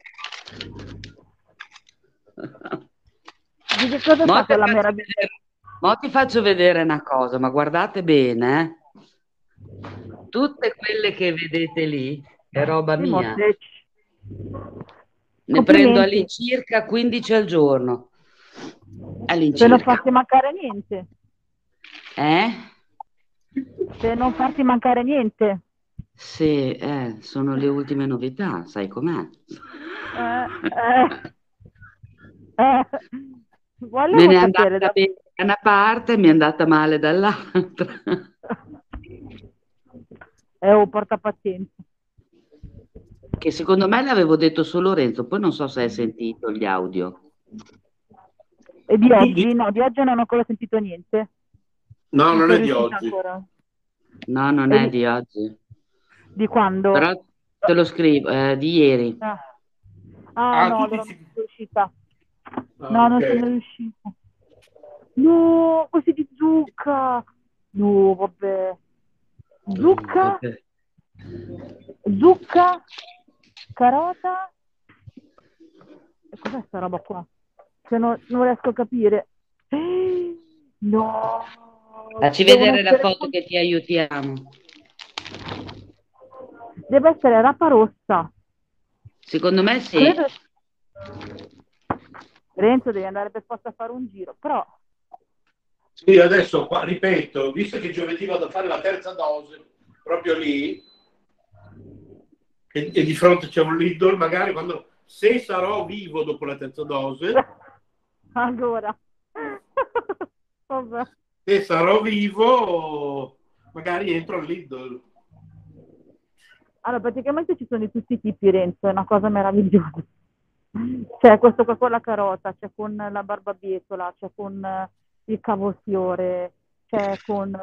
Di che cosa sta quella meraviglia? Ma ti faccio vedere una cosa, ma guardate bene, tutte quelle che vedete lì è roba mia. Ne prendo all'incirca 15 al giorno. Se non farti mancare niente. Se non farti mancare niente. Sì, sono le ultime novità, sai com'è? Me ne è andata bene da una parte e mi è andata male dall'altra. Porta pazienza. Che secondo me l'avevo detto su Lorenzo, poi non so se hai sentito gli audio. E di oggi? No, di oggi non ho ancora sentito niente. No, non è di oggi. Ancora. No, non è di oggi. Di quando? Però te lo scrivo, di ieri. No, allora non sono riuscita. Non sono riuscita. No, così di zucca. No, vabbè. Zucca? Zucca? Carota? E cos'è sta roba qua? Che non riesco a capire. No. Facci vedere la foto che ti aiutiamo. Deve essere rapa rossa. Secondo me sì. Renzo devi andare per forza a fare un giro, però... Sì, adesso qua, ripeto, visto che giovedì vado a fare la terza dose, proprio lì, e di fronte c'è un Lidl, magari se sarò vivo dopo la terza dose... Allora... Vabbè. Se sarò vivo, magari entro al Lidl. Allora, praticamente ci sono di tutti i tipi, Renzo, è una cosa meravigliosa. C'è questo qua con la carota, c'è con la barbabietola, c'è con il cavolfiore, c'è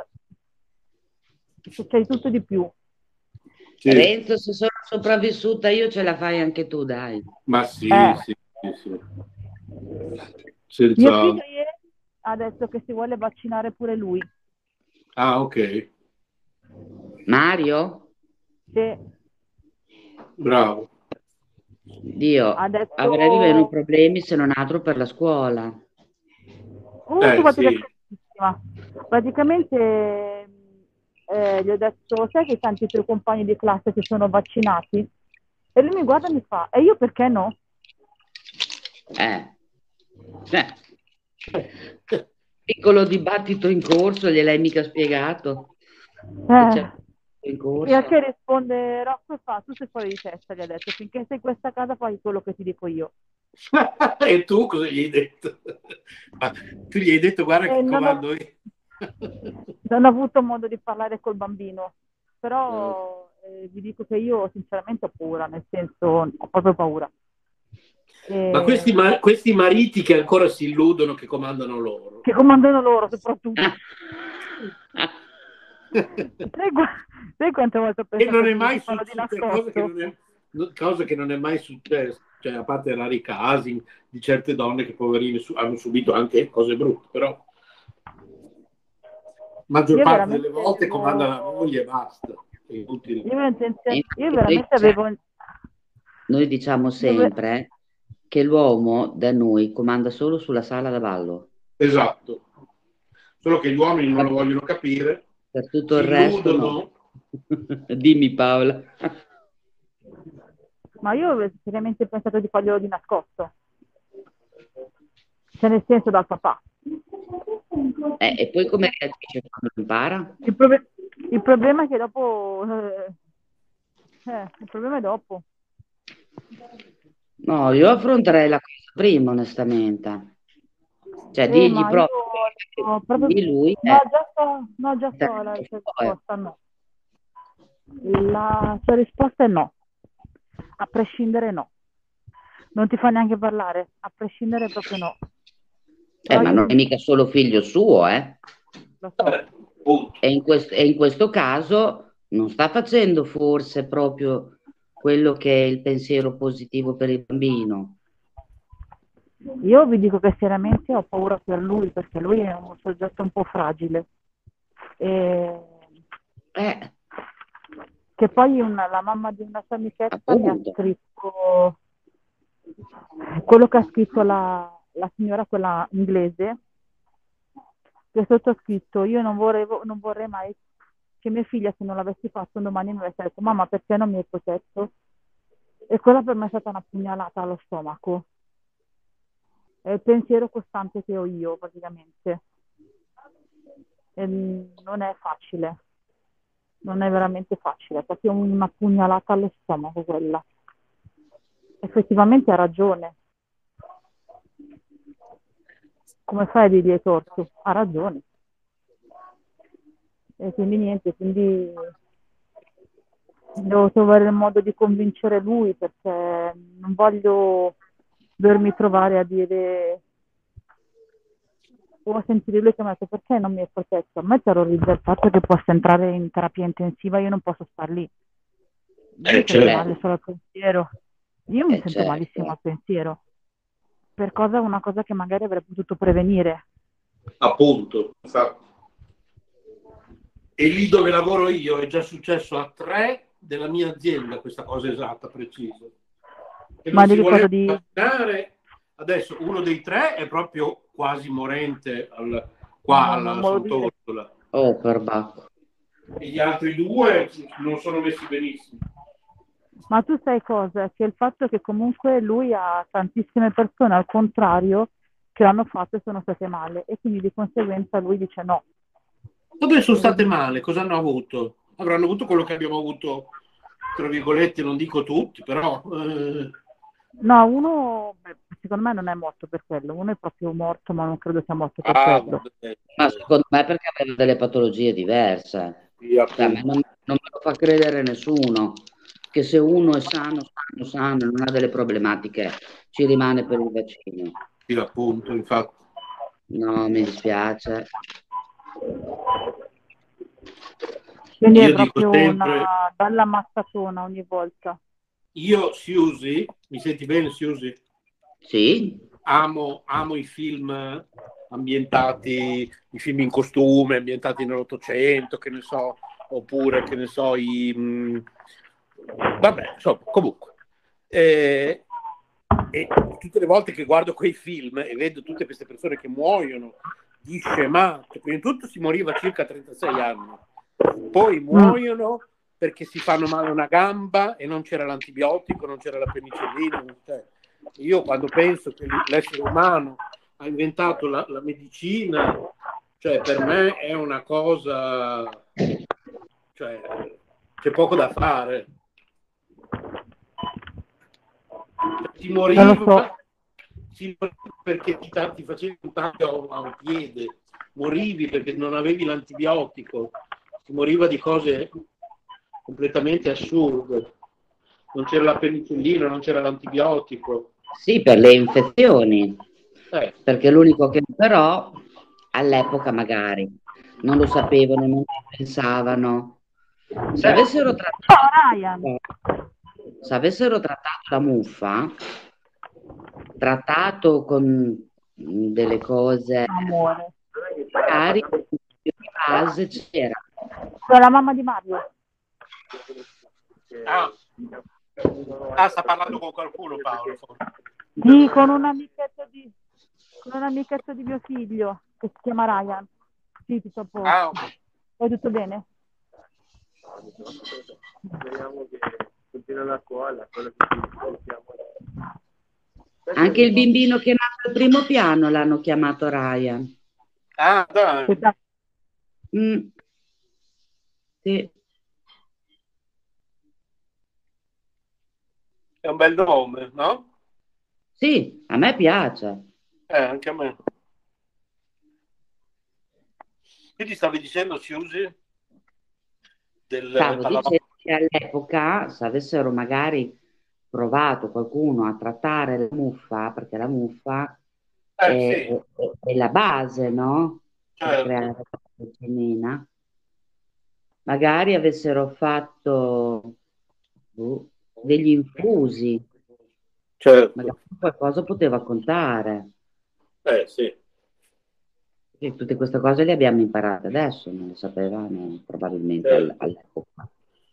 di tutto di più. Sì. Renzo, se sono sopravvissuta io ce la fai anche tu, dai. Ma sì, sì. Senza... Mio figlio ieri ha detto che si vuole vaccinare pure lui. Ah, ok. Mario? Sì. Bravo. Dio, avrei meno problemi se non altro per la scuola. Sì. bravissima. Praticamente gli ho detto, sai che tanti tuoi compagni di classe si sono vaccinati? E lui mi guarda e mi fa, e io perché no? Piccolo dibattito in corso, gliel'hai mica spiegato? Che c'è in corso? E a che risponde Rocco e fa, tu sei fuori di testa, gli ha detto, finché sei in questa casa fai quello che ti dico io. E tu cosa gli hai detto? Ma tu gli hai detto guarda che comando io. Non ho avuto modo di parlare col bambino, però vi dico che io sinceramente ho paura, nel senso ho proprio paura. Ma questi mariti che ancora si illudono che comandano loro. Che comandano loro soprattutto. Sai quante volte ho pensato E non è mai successo cosa che non è mai successo, cioè a parte rari casi di certe donne che poverine hanno subito anche cose brutte, però maggior parte delle volte comanda la moglie e basta. È inutile. Io veramente avevo... Noi diciamo sempre che l'uomo da noi comanda solo sulla sala da ballo. Esatto. Solo che gli uomini non lo vogliono capire. Per tutto il resto no. Dimmi Paola. Ma io avevo seriamente pensato di farglielo di nascosto. Cioè nel senso dal papà. E poi come reagisce quando impara? Il problema è che dopo... il problema è dopo. No, io affronterei la cosa prima, onestamente. Cioè, digli proprio di lui. Già so la sua risposta, no. La sua risposta è no. A prescindere no. Non ti fa neanche parlare. A prescindere proprio no. Ma non è mica solo figlio suo, Lo so. E in questo caso non sta facendo forse proprio quello che è il pensiero positivo per il bambino. Io vi dico che seriamente ho paura per lui, perché lui è un soggetto un po' fragile. Che poi la mamma di una sua amichetta mi ha scritto quello che ha scritto la signora, quella inglese, che sotto ha scritto: io non vorrei mai che mia figlia, se non l'avessi fatto domani, mi avesse detto mamma perché non mi hai protetto. E quella per me è stata una pugnalata allo stomaco. È il pensiero costante che ho io praticamente. E non è facile, non è veramente facile, è proprio una pugnalata allo stomaco quella. Effettivamente ha ragione. Come fai a dirgli è torto? Ha ragione. E quindi niente, quindi devo trovare il modo di convincere lui, perché non voglio dovermi trovare a dire o a sentire lui che mi ha detto perché non mi è protetto. A me terrorizza il fatto che possa entrare in terapia intensiva e io non posso star lì. Mi sento male solo al pensiero. Io mi sento malissimo al pensiero. Per una cosa che magari avrei potuto prevenire. Appunto. E lì dove lavoro io è già successo a 3 della mia azienda questa cosa esatta, precisa. Che Ma non si voleva di vaccinare. Adesso uno dei 3 è proprio quasi morente alla Sant'Orsola. Oh, perbacco. E gli altri 2 non sono messi benissimo. Ma tu sai cosa? Che il fatto che comunque lui ha tantissime persone al contrario che l'hanno fatto e sono state male, e quindi di conseguenza lui dice no. Dove sono state male? Cosa hanno avuto? Avranno avuto quello che abbiamo avuto, tra virgolette, non dico tutti, però... No, uno secondo me non è morto per quello, uno è proprio morto, ma non credo sia morto per quello. Ma secondo me perché aveva delle patologie diverse. Cioè, non me lo fa credere nessuno, che se uno è sano, non ha delle problematiche, ci rimane per il vaccino. Sì, appunto, infatti. No, mi dispiace. Quindi Io è proprio sempre... una bella mazzatona ogni volta. Io, Siusi, mi senti bene, Siusi? Sì. Amo i film ambientati, i film in costume, ambientati nell'Ottocento, che ne so, oppure, che ne so, vabbè, insomma, comunque. E tutte le volte che guardo quei film e vedo tutte queste persone che muoiono di scemate. Prima di tutto si moriva a circa 36 anni, poi muoiono perché si fanno male una gamba e non c'era l'antibiotico, non c'era la penicillina. Cioè, io quando penso che l'essere umano ha inventato la medicina, cioè per me è una cosa, cioè c'è poco da fare. Si moriva perché ti facevi un taglio a un piede, morivi perché non avevi l'antibiotico, si moriva di cose completamente assurde, non c'era la penicillina, non c'era l'antibiotico. Sì, per le infezioni, perché l'unico che però all'epoca magari non lo sapevano, non ci pensavano. Se avessero trattato la muffa, trattato con delle cose, magari di base c'era. Sono la mamma di Mario. Sta parlando con qualcuno, Paolo? Sì, con un amichetto di mio figlio che si chiama Ryan. Sì, tutto a posto. Poi tutto bene? Speriamo che continua la scuola. Anche il bimbino che è nato al primo piano l'hanno chiamato Ryan. Dai. Sì. È un bel nome, no? Sì, a me piace. Anche a me. Che ti stavi dicendo, Susi? Stavo dicendo che all'epoca, se avessero magari provato qualcuno a trattare la muffa, perché la muffa è la base, no? Per creare la penicillina, magari avessero fatto degli infusi, magari qualcosa poteva contare. Sì. E tutte queste cose le abbiamo imparate adesso, non le sapevamo probabilmente all'epoca.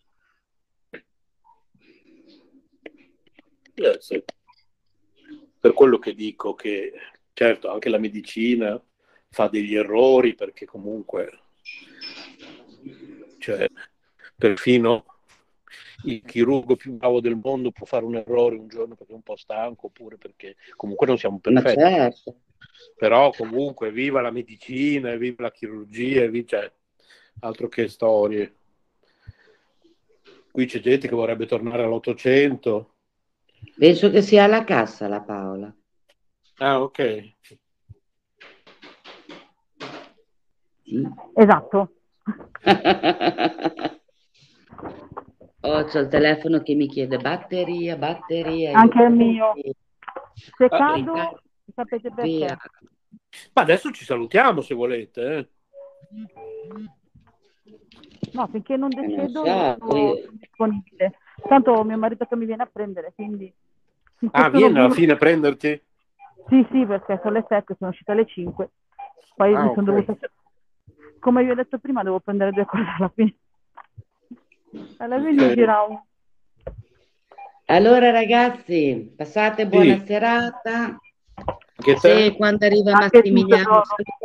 Sì. Per quello che dico che certo anche la medicina fa degli errori, perché comunque cioè perfino il chirurgo più bravo del mondo può fare un errore un giorno perché è un po' stanco, oppure perché comunque non siamo perfetti. Ma certo. Però comunque viva la medicina, viva la chirurgia, cioè, altro che storie. Qui c'è gente che vorrebbe tornare all'800. Penso che sia alla cassa la Paola. Ok. Esatto. C'ho il telefono che mi chiede batteria. Anche il mio. Se cado, sapete perché. Via. Ma adesso ci salutiamo se volete. No, finché non decido sono disponibile. Tanto mio marito che mi viene a prendere, quindi... viene alla fine a prenderti? Sì, perché sono le 7, sono uscita alle 5. Poi mi sono dovuta... Come vi ho detto prima, devo prendere 2 cose alla fine. Alla fine gira un... Allora ragazzi, passate buona serata. Se quando arriva Massimiliano...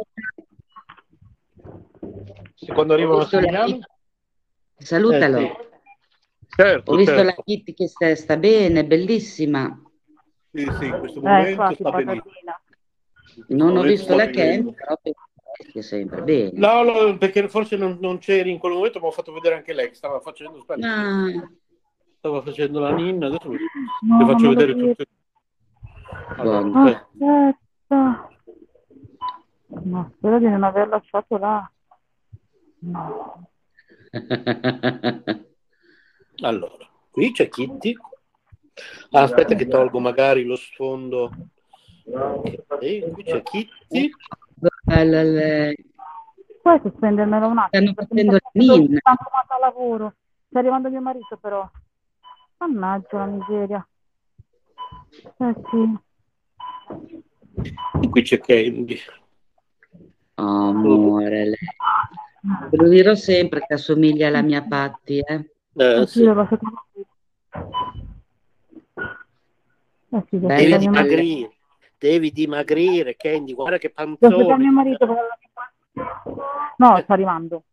Quando arriva Massimiliano? Salutalo. Certo, ho visto la Kitty che sta bene, bellissima. Sì, in questo momento sta benissimo. Non ho visto la Ken, però è sempre bene. No, perché forse non c'eri in quel momento, ma ho fatto vedere anche lei che stava facendo. Stava facendo la ninna, adesso le faccio vedere tutte. Allora, aspetta. No, spero di non aver lasciato là. No. Allora, qui c'è Kitty. Aspetta che tolgo magari lo sfondo. Qui c'è Kitty. Puoi sospendermelo un attimo? Stanno facendo la ninna. Sto a lavoro. Sta arrivando mio marito però. Mannaggia la miseria. Sì. Qui c'è Candy. Amore, lei. Ve lo dirò sempre che assomiglia alla mia Patti, sì. Devi dimagrire, Candy, guarda che Devo aspettare panzone. mio marito. No, sta arrivando.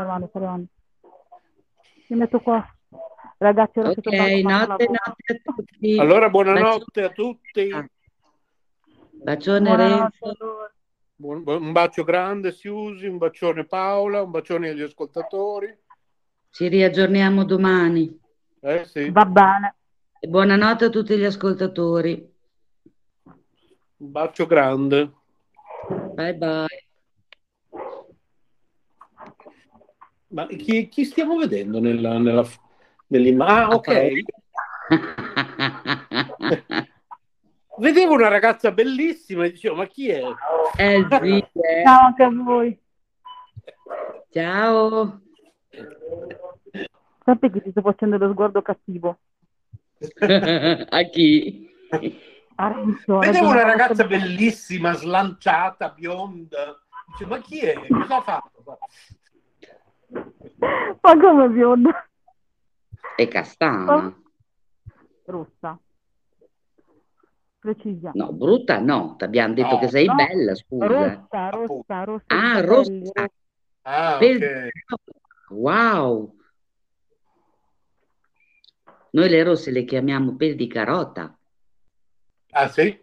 Mi metto qua. Ragazzi, ora Ok, notte a tutti. Allora, buonanotte a tutti. Bacione Buonanotte Renzo. Un bacio grande, Siusi, un bacione Paola, un bacione agli ascoltatori. Ci riaggiorniamo domani. Sì. Va bene. E buonanotte a tutti gli ascoltatori. Un bacio grande. Bye bye. Ma chi stiamo vedendo nell'immagine? Ah, ok. Vedevo una ragazza bellissima e dicevo, ma chi è? Sì, Ciao anche a voi. Ciao. Sappi che ti sto facendo lo sguardo cattivo. A chi? Vedevo una ragazza bellissima, slanciata, bionda. Dice, ma chi è? Cosa ha fatto? Ma come bionda? È castana. Rossa. Precisa. No, brutta no. Ti abbiamo detto che sei bella, scusa. Rossa. Ah, rossa. Ah, ok. Wow. Noi le rosse le chiamiamo pel di carota. Ah, sì?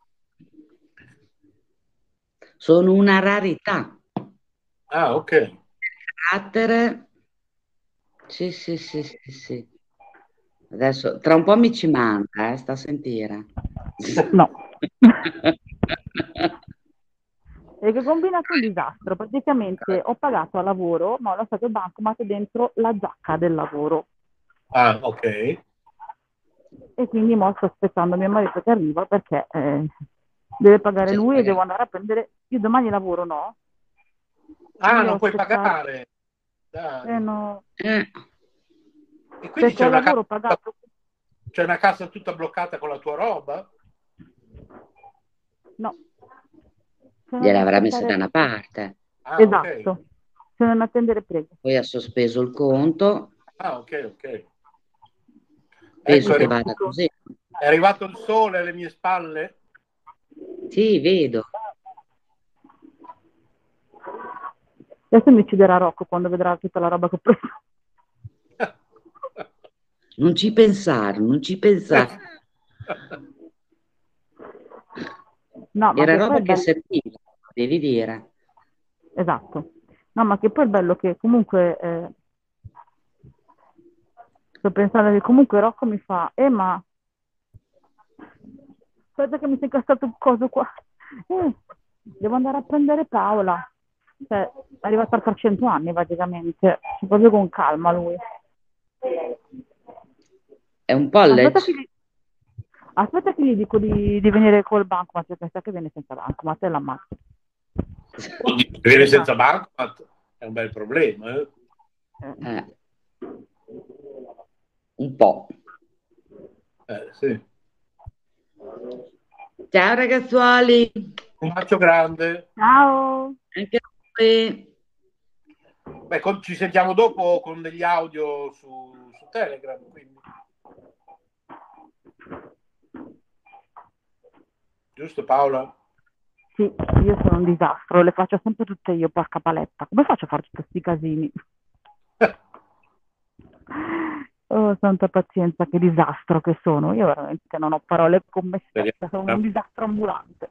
Sono una rarità. Ah, ok. Carattere. Sì. Adesso, tra un po' mi ci manca, sta a sentire. No. E che combinato un disastro. Praticamente ho pagato a lavoro, ma ho lasciato il bancomat dentro la giacca del lavoro. Ah, ok. E quindi mo sto aspettando mio marito che arriva perché deve pagare lui e devo andare a prendere. Io domani lavoro, no? Ah, Quindi non ho puoi aspettato. pagare. Dai. No. E quindi Perché pagato. c'è una casa tutta bloccata con la tua roba? No. Gliel'avrà messa da una parte. Ah, esatto. Okay. Sono in attendere, prego. Poi ha sospeso il conto. Ah, ok. Penso che vada così. È arrivato il sole alle mie spalle? Sì, vedo. Adesso mi ucciderà Rocco quando vedrà tutta la roba che ho preso. Non ci pensare. No, ma era che roba poi che serviva, devi dire. Esatto. No, ma che poi è bello che comunque sto pensando che comunque Rocco mi fa ma aspetta che mi si è incastrato un coso qua. Devo andare a prendere Paola. Cioè, è arrivato a 300 anni praticamente. Proprio con calma lui. È un college. Aspetta che gli dico di venire col bancomat, se pensa che viene senza bancomat e l'ammazzo. Viene senza bancomat è un bel problema. Un po'. Sì. Ciao ragazzuoli. Un bacio grande. Ciao. Anche a voi. Beh, ci sentiamo dopo con degli audio su Telegram, quindi. Giusto Paola? Sì, io sono un disastro, le faccio sempre tutte io, porca paletta. Come faccio a fare tutti questi casini? Oh, santa pazienza, che disastro che sono. Io veramente non ho parole con me stessa, sono un disastro ambulante.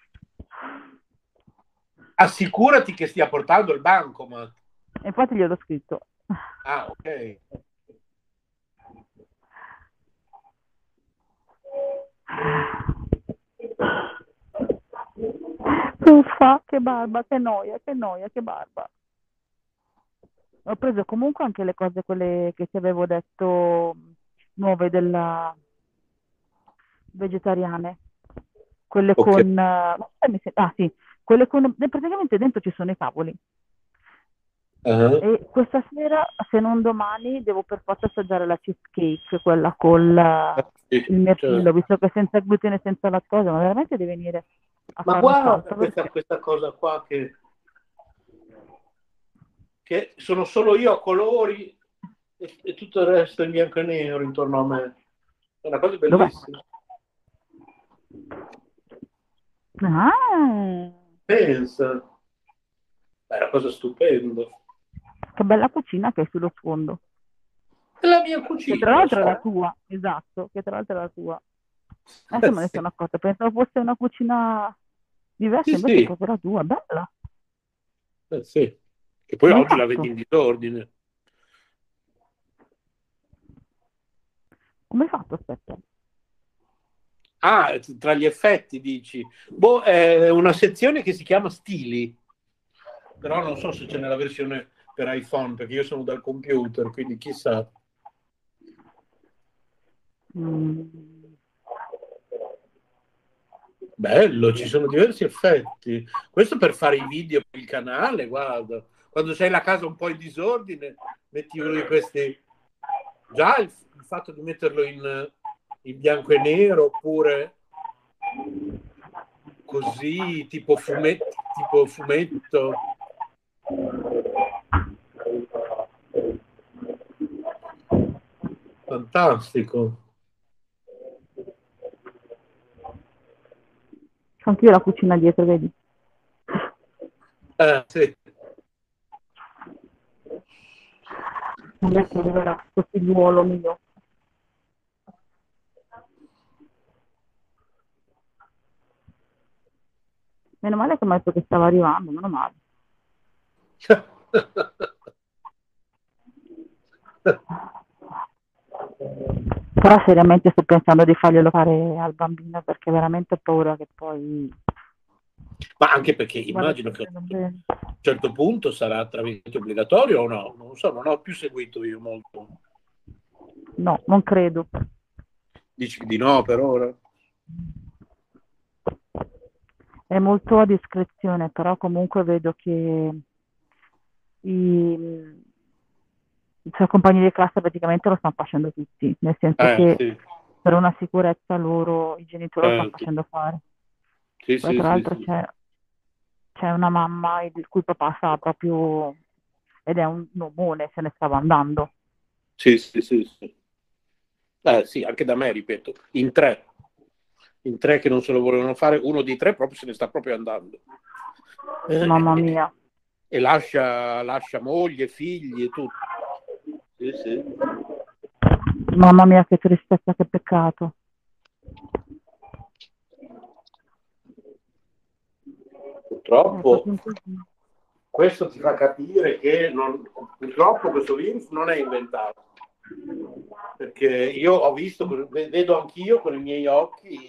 Assicurati che stia portando il bancomat. E infatti gliel'ho scritto. Ah, ok. Uffa, che barba, che noia, che barba. Ho preso comunque anche le cose, quelle che ti avevo detto, nuove della vegetariane. Quelle con... sì, quelle con... Praticamente dentro ci sono i cavoli. E questa sera, se non domani, devo per forza assaggiare la cheesecake, quella con il mirtillo, visto che senza glutine e senza lattosio, ma veramente deve venire a Ma fare guarda un salto, questa cosa qua che sono solo io a colori e tutto il resto è in bianco e nero intorno a me. È una cosa bellissima. Ah, Pensa. È una cosa stupenda. che bella cucina che hai sullo sfondo. È la mia Che cucina. tra l'altro è lo la so. tua, esatto, che tra l'altro è la tua. Adesso me ne Sì. sono accorta, pensavo fosse una cucina diversa, Sì, invece è sì. proprio la tua, bella. Sì. E poi Come hai oggi la fatto? vedi in disordine. Come hai fatto, aspetta? Ah, tra gli effetti dici. Boh, è una sezione che si chiama stili, però non so se c'è nella versione per iPhone, perché io sono dal computer, quindi chissà. Bello, ci sono diversi effetti. Questo per fare i video per il canale, guarda. Quando c'hai la casa un po' in disordine, metti uno di questi. Già il fatto di metterlo in bianco e nero, oppure così, tipo fumetto. Fantastico. C'ho anch'io la cucina dietro, vedi? Sì. Non è che arriverà questo figliuolo mio. Meno male che mi ha detto che stava arrivando, meno male. Però seriamente sto pensando di farglielo fare al bambino perché veramente ho paura che poi... Ma anche perché Guarda, immagino che a sto bene. un certo punto sarà tra virgolette obbligatorio o no? Non so, non ho più seguito io molto. No, non credo. Dici di no per ora? È molto a discrezione, però comunque vedo che i suoi compagni di classe praticamente lo stanno facendo tutti, nel senso che Sì. per una sicurezza loro i genitori lo stanno facendo fare. Sì, Poi sì, tra l'altro sì. c'è una mamma il cui papà sta proprio, ed è un omone, se ne stava andando. Sì. Sì, anche da me, ripeto, in tre che non se lo volevano fare, uno di tre proprio se ne sta proprio andando. Mamma mia. E lascia moglie, figli e tutto. Sì. Mamma mia, che tristezza, che peccato. Purtroppo questo ti fa capire che purtroppo questo virus non è inventato. Perché io ho visto, vedo anch'io con i miei occhi.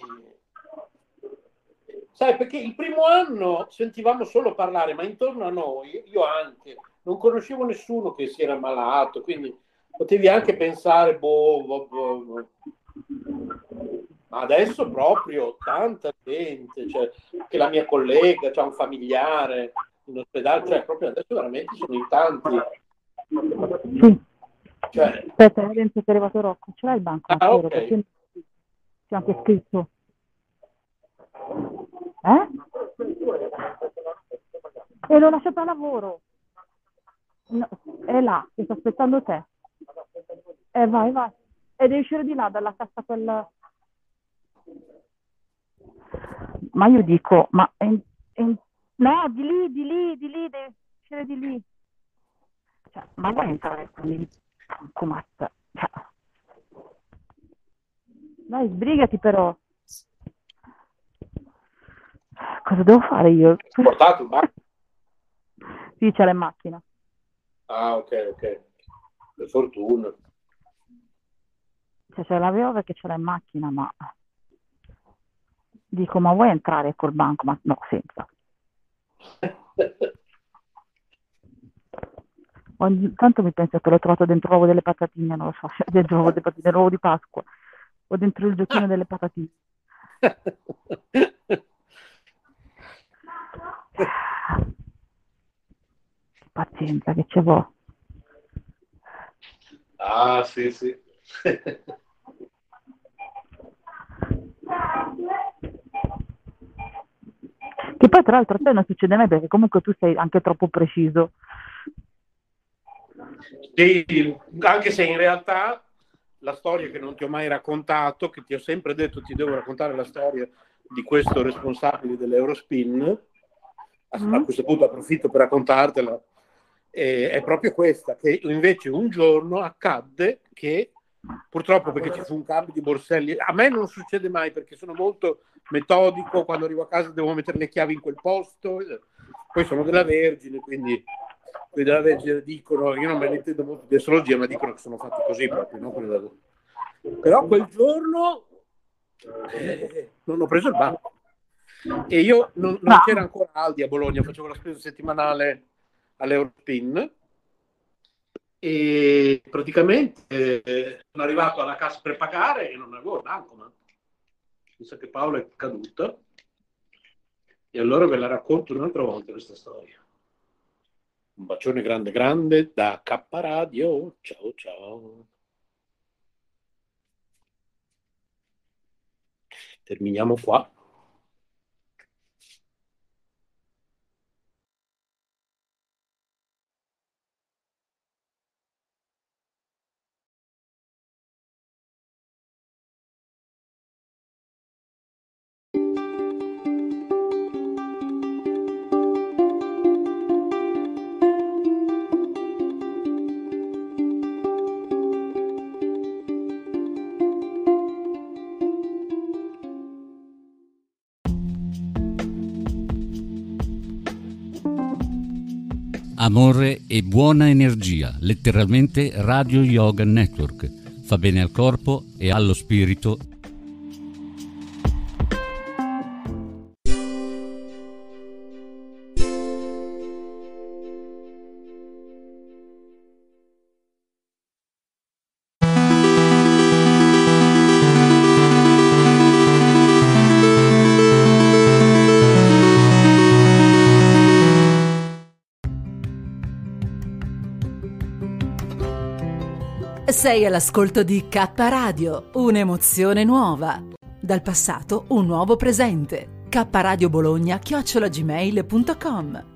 Sai, perché il primo anno sentivamo solo parlare, ma intorno a noi, io anche, non conoscevo nessuno che si era malato, quindi potevi anche pensare, boh. Ma adesso proprio tanta gente, cioè, che la mia collega, c'ha un familiare in ospedale, cioè proprio adesso veramente sono in tanti. Sì. Cioè... Aspetta, dentro che è arrivato Rocco, ce l'hai il banco? Ok. Perché c'è anche scritto. E l'ho lasciato a lavoro. No, è là, che sto aspettando te. Vai. E devi uscire di là, dalla cassa quella... Ma io dico, no, di lì, devi uscire di lì. Cioè, ma vuoi entrare qui? Come cioè. Dai, sbrigati però. Cosa devo fare io? Portato il banco? Sì, c'era in macchina. Ah, ok. Per fortuna. Cioè, ce l'avevo perché c'era in macchina, ma... Dico, ma vuoi entrare col banco? Ma no, senza. Ogni tanto mi penso che l'ho trovato dentro l'uovo delle patatine, non lo so, dentro l'uovo delle patatine, l'uovo di Pasqua, o dentro il giochino delle patatine. Pazienza, che ce l'ho. Ah, sì. Che poi tra l'altro a te non succede mai perché comunque tu sei anche troppo preciso. Sì, anche se in realtà la storia che non ti ho mai raccontato, che ti ho sempre detto ti devo raccontare la storia di questo responsabile dell'Eurospin, a questo punto approfitto per raccontartela, è proprio questa, che invece un giorno accadde che, purtroppo perché ci fu un cambio di borselli, a me non succede mai perché sono molto metodico, quando arrivo a casa devo mettere le chiavi in quel posto, poi sono della Vergine, quindi quelli della Vergine dicono, io non me ne intendo molto di astrologia, ma dicono che sono fatti così proprio, no? Però quel giorno non ho preso il banco e io non c'era ancora Aldi a Bologna, facevo la spesa settimanale all'Eurospin e praticamente sono arrivato alla cassa per pagare e non avevo il banco, ma mi sa che Paola è caduta e allora ve la racconto un'altra volta questa storia. Un bacione grande grande da K Radio, ciao ciao. Terminiamo qua. Amore e buona energia, letteralmente Radio Yoga Network. Fa bene al corpo e allo spirito. Sei all'ascolto di K Radio, un'emozione nuova. Dal passato un nuovo presente. kradiobologna@gmail.com